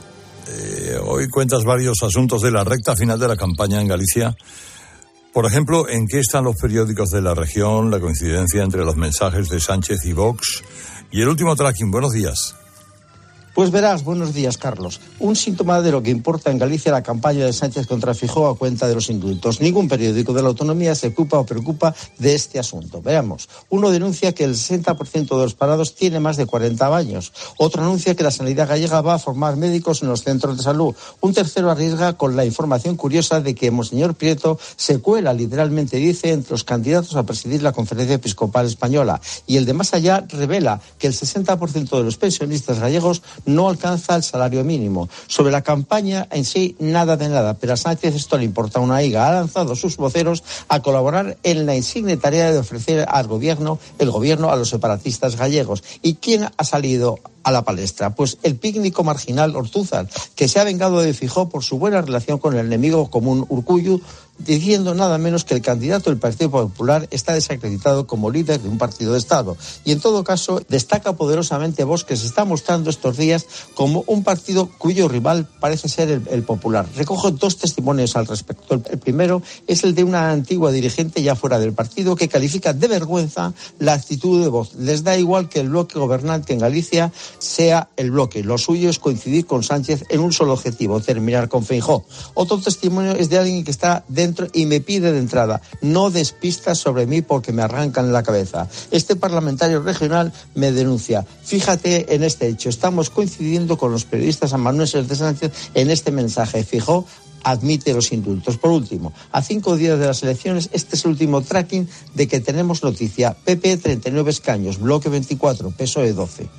Hoy cuentas varios asuntos de la recta final de la campaña en Galicia. Por ejemplo, ¿en qué están los periódicos de la región? La coincidencia entre los mensajes de Sánchez y Vox. Y el último tracking. Buenos días. Pues verás, buenos días, Carlos. Un síntoma de lo que importa en Galicia la campaña de Sánchez contra Feijóo a cuenta de los indultos. Ningún periódico de la autonomía se ocupa o preocupa de este asunto. Veamos. Uno denuncia que el 60% de los parados tiene más de 40 años. Otro anuncia que la sanidad gallega va a formar médicos en los centros de salud. Un tercero arriesga con la información curiosa de que Monseñor Prieto se cuela, literalmente dice, entre los candidatos a presidir la Conferencia Episcopal Española. Y el de más allá revela que el 60% de los pensionistas gallegos no alcanza el salario mínimo. Sobre la campaña en sí, nada de nada, pero a Sánchez esto le importa una higa. Ha lanzado a sus voceros a colaborar en la insigne tarea de ofrecer el gobierno a los separatistas gallegos. ¿Y quién ha salido a la palestra? Pues el pícnico marginal Ortúzar, que se ha vengado de Feijóo por su buena relación con el enemigo común Urkullu, diciendo nada menos que el candidato del Partido Popular está desacreditado como líder de un partido de Estado. Y en todo caso, destaca poderosamente Vox, que se está mostrando estos días como un partido cuyo rival parece ser el Popular. Recojo 2 testimonios al respecto. El primero es el de una antigua dirigente ya fuera del partido que califica de vergüenza la actitud de Vox. Les da igual que el bloque gobernante en Galicia sea el bloque. Lo suyo es coincidir con Sánchez en un solo objetivo, terminar con Feijóo. Otro testimonio es de alguien que está dentro y me pide de entrada: no des pistas sobre mí porque me arrancan la cabeza. Este parlamentario regional me denuncia: fíjate en este hecho, estamos coincidiendo con los periodistas amanuenses de Sánchez en este mensaje. Feijóo admite los indultos. Por último, a 5 días de las elecciones, este es el último tracking de que tenemos noticia. PP 39 escaños, Bloque 24, PSOE 12.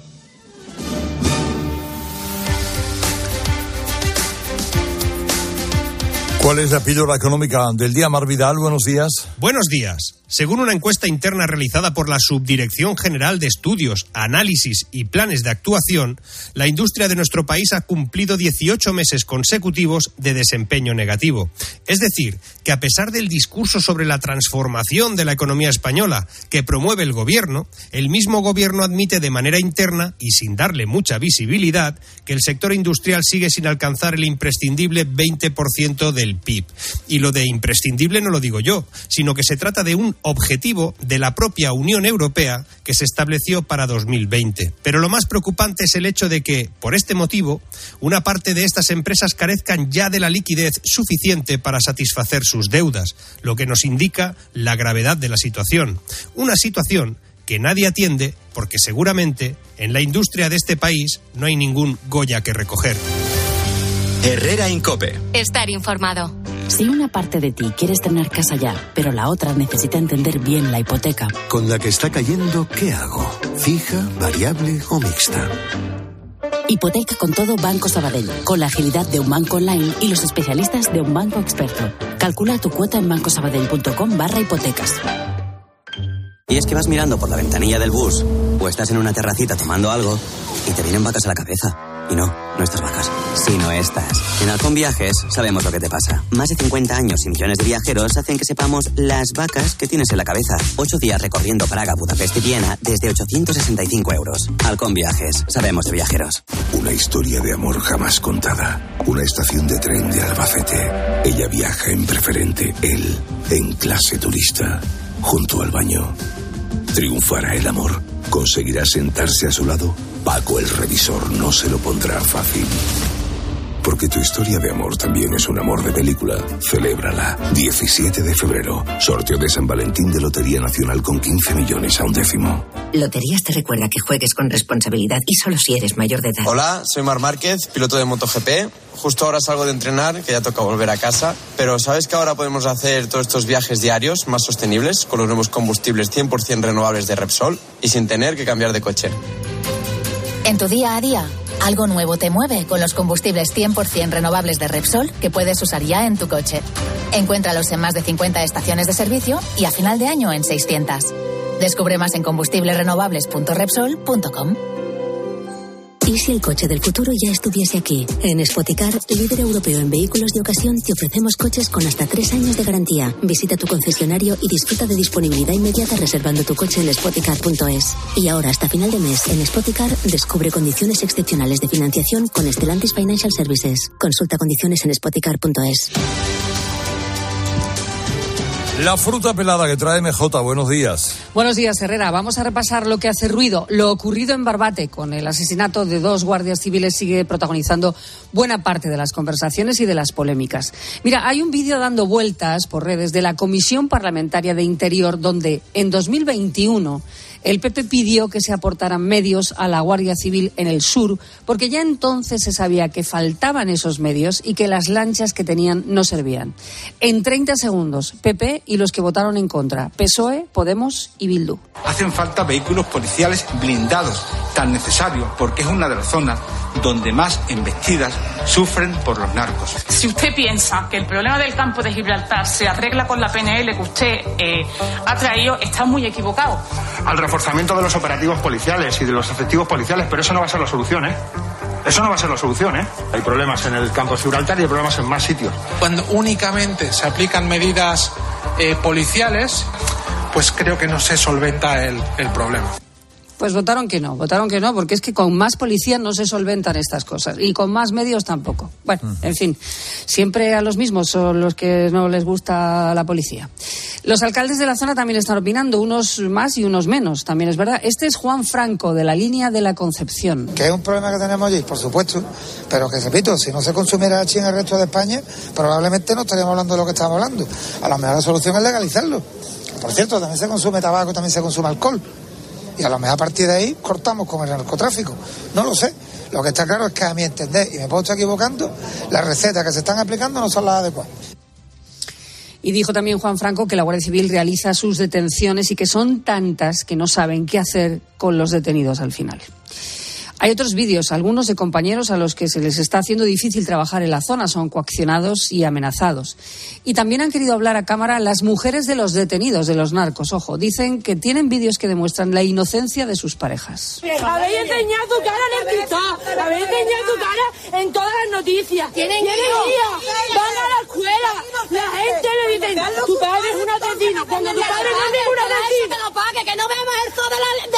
¿Cuál es la píldora económica del día? Mar Vidal, buenos días. Buenos días. Según una encuesta interna realizada por la Subdirección General de Estudios, Análisis y Planes de Actuación, la industria de nuestro país ha cumplido 18 meses consecutivos de desempeño negativo. Es decir, que a pesar del discurso sobre la transformación de la economía española que promueve el gobierno, el mismo gobierno admite de manera interna y sin darle mucha visibilidad que el sector industrial sigue sin alcanzar el imprescindible 20% del PIB. Y lo de imprescindible no lo digo yo, sino que se trata de un objetivo de la propia Unión Europea que se estableció para 2020. Pero lo más preocupante es el hecho de que, por este motivo, una parte de estas empresas carezcan ya de la liquidez suficiente para satisfacer sus deudas, lo que nos indica la gravedad de la situación. Una situación que nadie atiende porque seguramente en la industria de este país no hay ningún Goya que recoger. Herrera en COPE. Estar informado. Si una parte de ti quiere estrenar casa ya, pero la otra necesita entender bien la hipoteca. Con la que está cayendo, ¿qué hago? ¿Fija, variable o mixta? Hipoteca con todo Banco Sabadell, con la agilidad de un banco online y los especialistas de un banco experto. Calcula tu cuota en bancosabadell.com/hipotecas. es que vas mirando por la ventanilla del bus o estás en una terracita tomando algo y te vienen vacas a la cabeza. Y no estas vacas, sino estas. En Halcón Viajes sabemos lo que te pasa. Más de 50 años y millones de viajeros hacen que sepamos las vacas que tienes en la cabeza. 8 días recorriendo Praga, Budapest y Viena desde 865 euros. Halcón Viajes, sabemos de viajeros. Una historia de amor jamás contada. Una estación de tren de Albacete. Ella viaja en preferente, él en clase turista. Junto al baño. ¿Triunfará el amor? ¿Conseguirá sentarse a su lado? Paco el revisor no se lo pondrá fácil. Porque tu historia de amor también es un amor de película. Celébrala. 17 de febrero. Sorteo de San Valentín de Lotería Nacional con 15 millones a un décimo. Loterías te recuerda que juegues con responsabilidad y solo si eres mayor de edad. Hola, soy Marc Márquez, piloto de MotoGP. Justo ahora salgo de entrenar, que ya toca volver a casa. Pero ¿sabes que ahora podemos hacer todos estos viajes diarios más sostenibles con los nuevos combustibles 100% renovables de Repsol y sin tener que cambiar de coche? En tu día a día, algo nuevo te mueve con los combustibles 100% renovables de Repsol que puedes usar ya en tu coche. Encuéntralos en más de 50 estaciones de servicio y a final de año en 600. Descubre más en combustiblesrenovables.repsol.com. ¿Y si el coche del futuro ya estuviese aquí? En Spoticar, líder europeo en vehículos de ocasión, te ofrecemos coches con hasta 3 años de garantía. Visita tu concesionario y disfruta de disponibilidad inmediata reservando tu coche en spoticar.es. Y ahora, hasta final de mes, en Spoticar, descubre condiciones excepcionales de financiación con Stellantis Financial Services. Consulta condiciones en spoticar.es. La fruta pelada que trae MJ, buenos días. Buenos días, Herrera. Vamos a repasar lo que hace ruido. Lo ocurrido en Barbate con el asesinato de 2 guardias civiles sigue protagonizando buena parte de las conversaciones y de las polémicas. Mira, hay un vídeo dando vueltas por redes de la Comisión Parlamentaria de Interior donde en 2021 el PP pidió que se aportaran medios a la Guardia Civil en el sur, porque ya entonces se sabía que faltaban esos medios y que las lanchas que tenían no servían. En 30 segundos, PP y los que votaron en contra, PSOE, Podemos y Bildu. Hacen falta vehículos policiales blindados, tan necesarios, porque es una de las zonas donde más embestidas sufren por los narcos. Si usted piensa que el problema del campo de Gibraltar se arregla con la PNL que usted ha traído, está muy equivocado. Al reforzamiento de los operativos policiales y de los efectivos policiales, pero eso no va a ser la solución, ¿eh? Eso no va a ser la solución, ¿eh? Hay problemas en el campo de Gibraltar y hay problemas en más sitios. Cuando únicamente se aplican medidas policiales, pues creo que no se solventa el problema. Pues votaron que no, porque es que con más policía no se solventan estas cosas y con más medios tampoco. Bueno, en fin, siempre a los mismos son los que no les gusta la policía. Los alcaldes de la zona también están opinando, unos más y unos menos, también es verdad. Este es Juan Franco, de la línea de la Concepción. Que es un problema que tenemos allí, por supuesto, pero que, repito, si no se consumiera aquí en el resto de España, probablemente no estaríamos hablando de lo que estamos hablando. A lo mejor la solución es legalizarlo. Por cierto, también se consume tabaco, también se consume alcohol. Y a lo mejor a partir de ahí cortamos con el narcotráfico. No lo sé. Lo que está claro es que, a mi entender, y me puedo estar equivocando, las recetas que se están aplicando no son las adecuadas. Y dijo también Juan Franco que la Guardia Civil realiza sus detenciones y que son tantas que no saben qué hacer con los detenidos al final. Hay otros vídeos, algunos de compañeros a los que se les está haciendo difícil trabajar en la zona, son coaccionados y amenazados. Y también han querido hablar a cámara las mujeres de los detenidos, de los narcos. Ojo, dicen que tienen vídeos que demuestran la inocencia de sus parejas. Habéis enseñado tu cara en el TikTok, habéis enseñado tu cara en todas las noticias. Tienen guía, van a la escuela, la gente le dice, tu padre es un asesino, cuando tu padre no es ningún asesino. Que lo pague, que no vemos el sol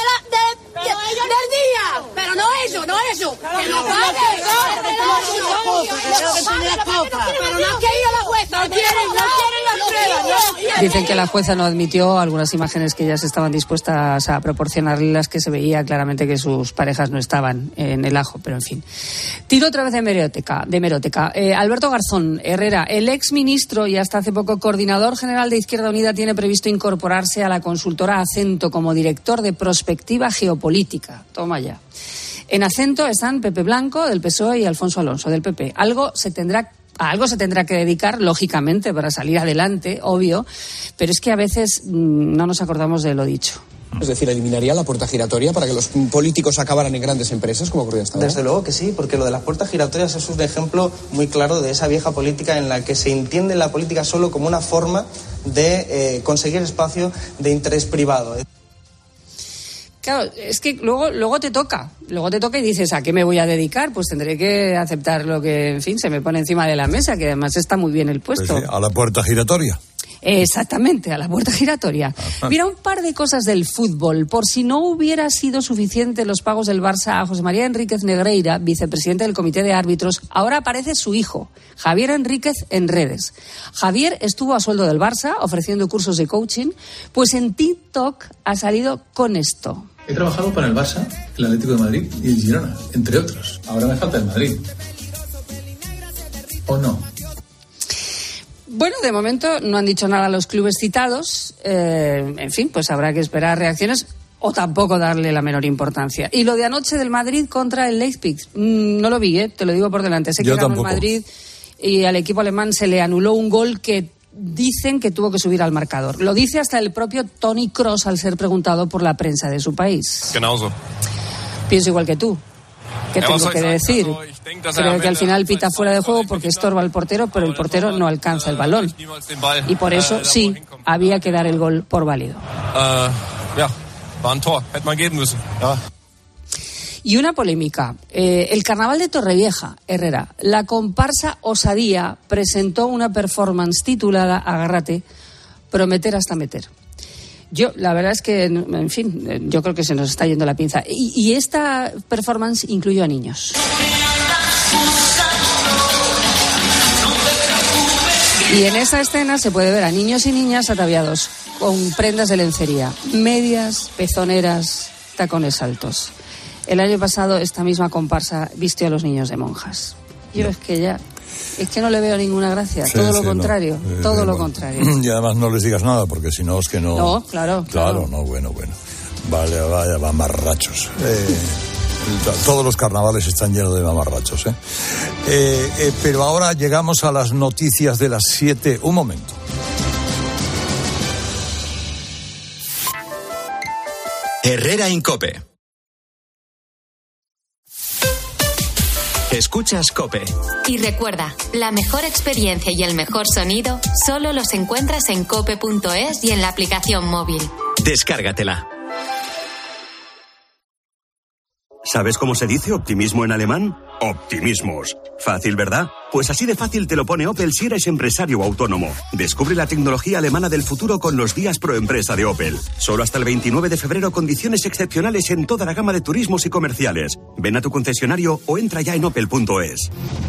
del día, pero no eso, que lo pague. Pero no quiere ir a la jueza, no quieren las pruebas. Dicen que la jueza no admitió algunas imágenes que ellas estaban dispuestas a proporcionarle, las que se veía claramente que sus parejas no estaban en el ajo, pero en fin. Tiro otra vez de hemeroteca. Alberto Garzón Herrera, el exministro y hasta hace poco coordinador general de Izquierda Unida, tiene previsto incorporarse a la consultora Acento como director de prospectiva geopolítica. Toma ya. En Acento están Pepe Blanco, del PSOE, y Alfonso Alonso, del PP. A algo se tendrá que dedicar, lógicamente, para salir adelante, obvio, pero es que a veces no nos acordamos de lo dicho. Es decir, ¿eliminaría la puerta giratoria para que los políticos acabaran en grandes empresas, como ocurrió hasta ahora? Desde luego que sí, porque lo de las puertas giratorias es un ejemplo muy claro de esa vieja política en la que se entiende la política solo como una forma de conseguir espacio de interés privado. claro, es que luego te toca y dices, ¿a qué me voy a dedicar? Pues tendré que aceptar lo que, en fin, se me pone encima de la mesa, que además está muy bien el puesto. Pues sí, a la puerta giratoria. Exactamente, a la puerta giratoria. Mira, un par de cosas del fútbol. Por si no hubiera sido suficiente los pagos del Barça a José María Enríquez Negreira, vicepresidente del Comité de Árbitros, ahora aparece su hijo, Javier Enríquez, en redes. Javier estuvo a sueldo del Barça ofreciendo cursos de coaching, pues en TikTok ha salido con esto. He trabajado para el Barça, el Atlético de Madrid y el Girona, entre otros. Ahora me falta el Madrid. ¿O no? Bueno, de momento no han dicho nada a los clubes citados. En fin, pues habrá que esperar reacciones o tampoco darle la menor importancia. Y lo de anoche del Madrid contra el Leipzig, no lo vi, te lo digo por delante. Sé que ganó el Madrid y al equipo alemán se le anuló un gol que dicen que tuvo que subir al marcador. Lo dice hasta el propio Toni Kroos al ser preguntado por la prensa de su país. Genauso. Pienso igual que tú. ¿Qué tengo que decir? Creo que al final pita fuera de juego porque estorba al portero, pero el portero no alcanza el balón. Y por eso, sí, había que dar el gol por válido. Y una polémica. El carnaval de Torrevieja, Herrera, la comparsa Osadía presentó una performance titulada, agárrate, Prometer hasta meter. Yo, la verdad es que, en fin, yo creo que se nos está yendo la pinza. Y esta performance incluyó a niños. Y en esa escena se puede ver a niños y niñas ataviados con prendas de lencería, medias, pezoneras, tacones altos. El año pasado esta misma comparsa vistió a los niños de monjas. Yo es que no le veo ninguna gracia, sí, todo lo contrario, todo lo contrario. Y además no les digas nada, porque si no es que no... No, claro. No, bueno. Vaya, mamarrachos. Todos los carnavales están llenos de mamarrachos, pero ahora llegamos a las noticias de las 7. Un momento. Herrera Incope. Escuchas COPE. Y recuerda, la mejor experiencia y el mejor sonido solo los encuentras en cope.es y en la aplicación móvil. Descárgatela. ¿Sabes cómo se dice optimismo en alemán? Optimismos. Fácil, ¿verdad? Pues así de fácil te lo pone Opel si eres empresario o autónomo. Descubre la tecnología alemana del futuro con los días pro empresa de Opel. Solo hasta el 29 de febrero, condiciones excepcionales en toda la gama de turismos y comerciales. Ven a tu concesionario o entra ya en opel.es.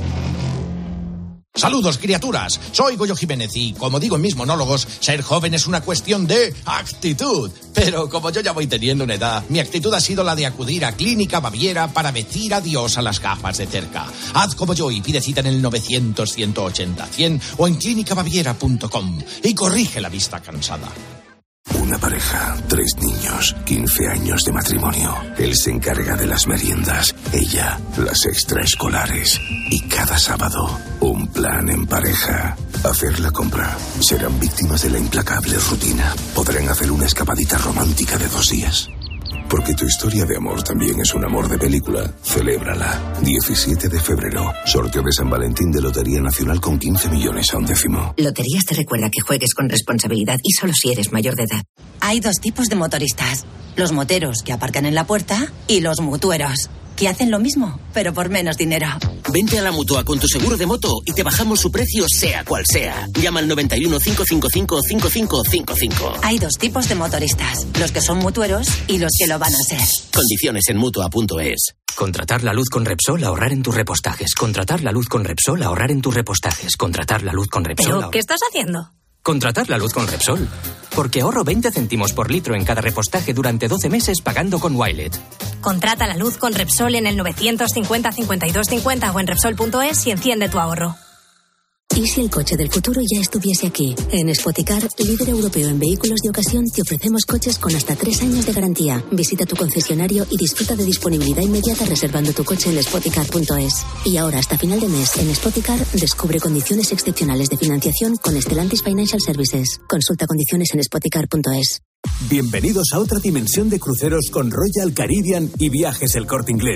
Saludos, criaturas. Soy Goyo Jiménez y, como digo en mis monólogos, ser joven es una cuestión de actitud. Pero como yo ya voy teniendo una edad, mi actitud ha sido la de acudir a Clínica Baviera para decir adiós a las gafas de cerca. Haz como yo y pide cita en el 900-180-100 o en clinicabaviera.com y corrige la vista cansada. Una pareja, 3 niños, 15 años de matrimonio. Él se encarga de las meriendas, ella las extraescolares. Y cada sábado, un plan en pareja. Hacer la compra. Serán víctimas de la implacable rutina. Podrán hacer una escapadita romántica de 2 días. Porque tu historia de amor también es un amor de película. Celébrala. 17 de febrero. Sorteo de San Valentín de Lotería Nacional con 15 millones a un décimo. Loterías te recuerda que juegues con responsabilidad y solo si eres mayor de edad. Hay 2 tipos de motoristas. Los moteros que aparcan en la puerta y los mutueros, que hacen lo mismo, pero por menos dinero. Vente a la Mutua con tu seguro de moto y te bajamos su precio sea cual sea. Llama al 91 555 5555. Hay 2 tipos de motoristas, los que son mutueros y los que lo van a ser. Condiciones en Mutua.es. Contratar la luz con Repsol, ahorrar en tus repostajes. Contratar la luz con Repsol, ahorrar en tus repostajes. Contratar la luz con Repsol. ¿Pero qué estás haciendo? Contratar la luz con Repsol. Porque ahorro 20 céntimos por litro en cada repostaje durante 12 meses pagando con Wilet. Contrata la luz con Repsol en el 950-5250 o en Repsol.es y enciende tu ahorro. ¿Y si el coche del futuro ya estuviese aquí? En Spoticar, líder europeo en vehículos de ocasión, te ofrecemos coches con hasta 3 años de garantía. Visita tu concesionario y disfruta de disponibilidad inmediata reservando tu coche en spoticar.es. Y ahora, hasta final de mes, en Spoticar, descubre condiciones excepcionales de financiación con Stellantis Financial Services. Consulta condiciones en spoticar.es. Bienvenidos a otra dimensión de cruceros con Royal Caribbean y Viajes El Corte Inglés.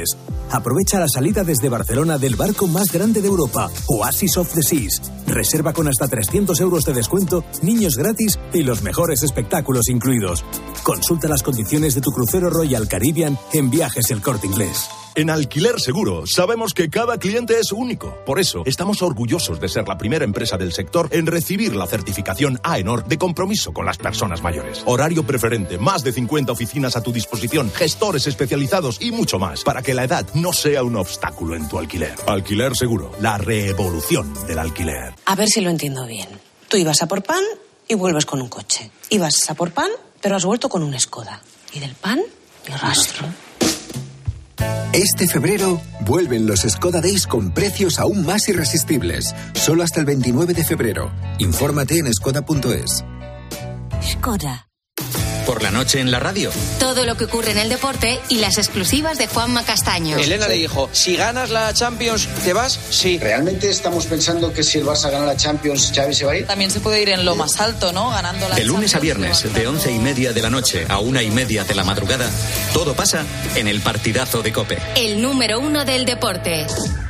Aprovecha la salida desde Barcelona del barco más grande de Europa, Oasis of the Seas. Reserva con hasta 300 euros de descuento, niños gratis y los mejores espectáculos incluidos. Consulta las condiciones de tu crucero Royal Caribbean en Viajes El Corte Inglés. En Alquiler Seguro sabemos que cada cliente es único. Por eso estamos orgullosos de ser la primera empresa del sector en recibir la certificación AENOR de compromiso con las personas mayores. Horario preferente, más de 50 oficinas a tu disposición, gestores especializados y mucho más para que la edad no sea un obstáculo en tu alquiler. Alquiler Seguro, la revolución del alquiler. A ver si lo entiendo bien. Tú ibas a por pan y vuelves con un coche. Ibas a por pan, pero has vuelto con un Skoda. Y del pan, ni rastro. Este febrero vuelven los Skoda Days con precios aún más irresistibles. Solo hasta el 29 de febrero. Infórmate en skoda.es. Skoda. Por la noche en la radio. Todo lo que ocurre en el deporte y las exclusivas de Juanma Castaño. Elena le dijo, si ganas la Champions, ¿te vas? Sí. ¿Realmente estamos pensando que si el Barça gana la Champions, Xavi se va a ir? También se puede ir en lo más alto, ¿no? Ganando la De lunes a viernes, de 11:30 de la noche a 1:30 de la madrugada, todo pasa en el partidazo de COPE. El número 1 del deporte.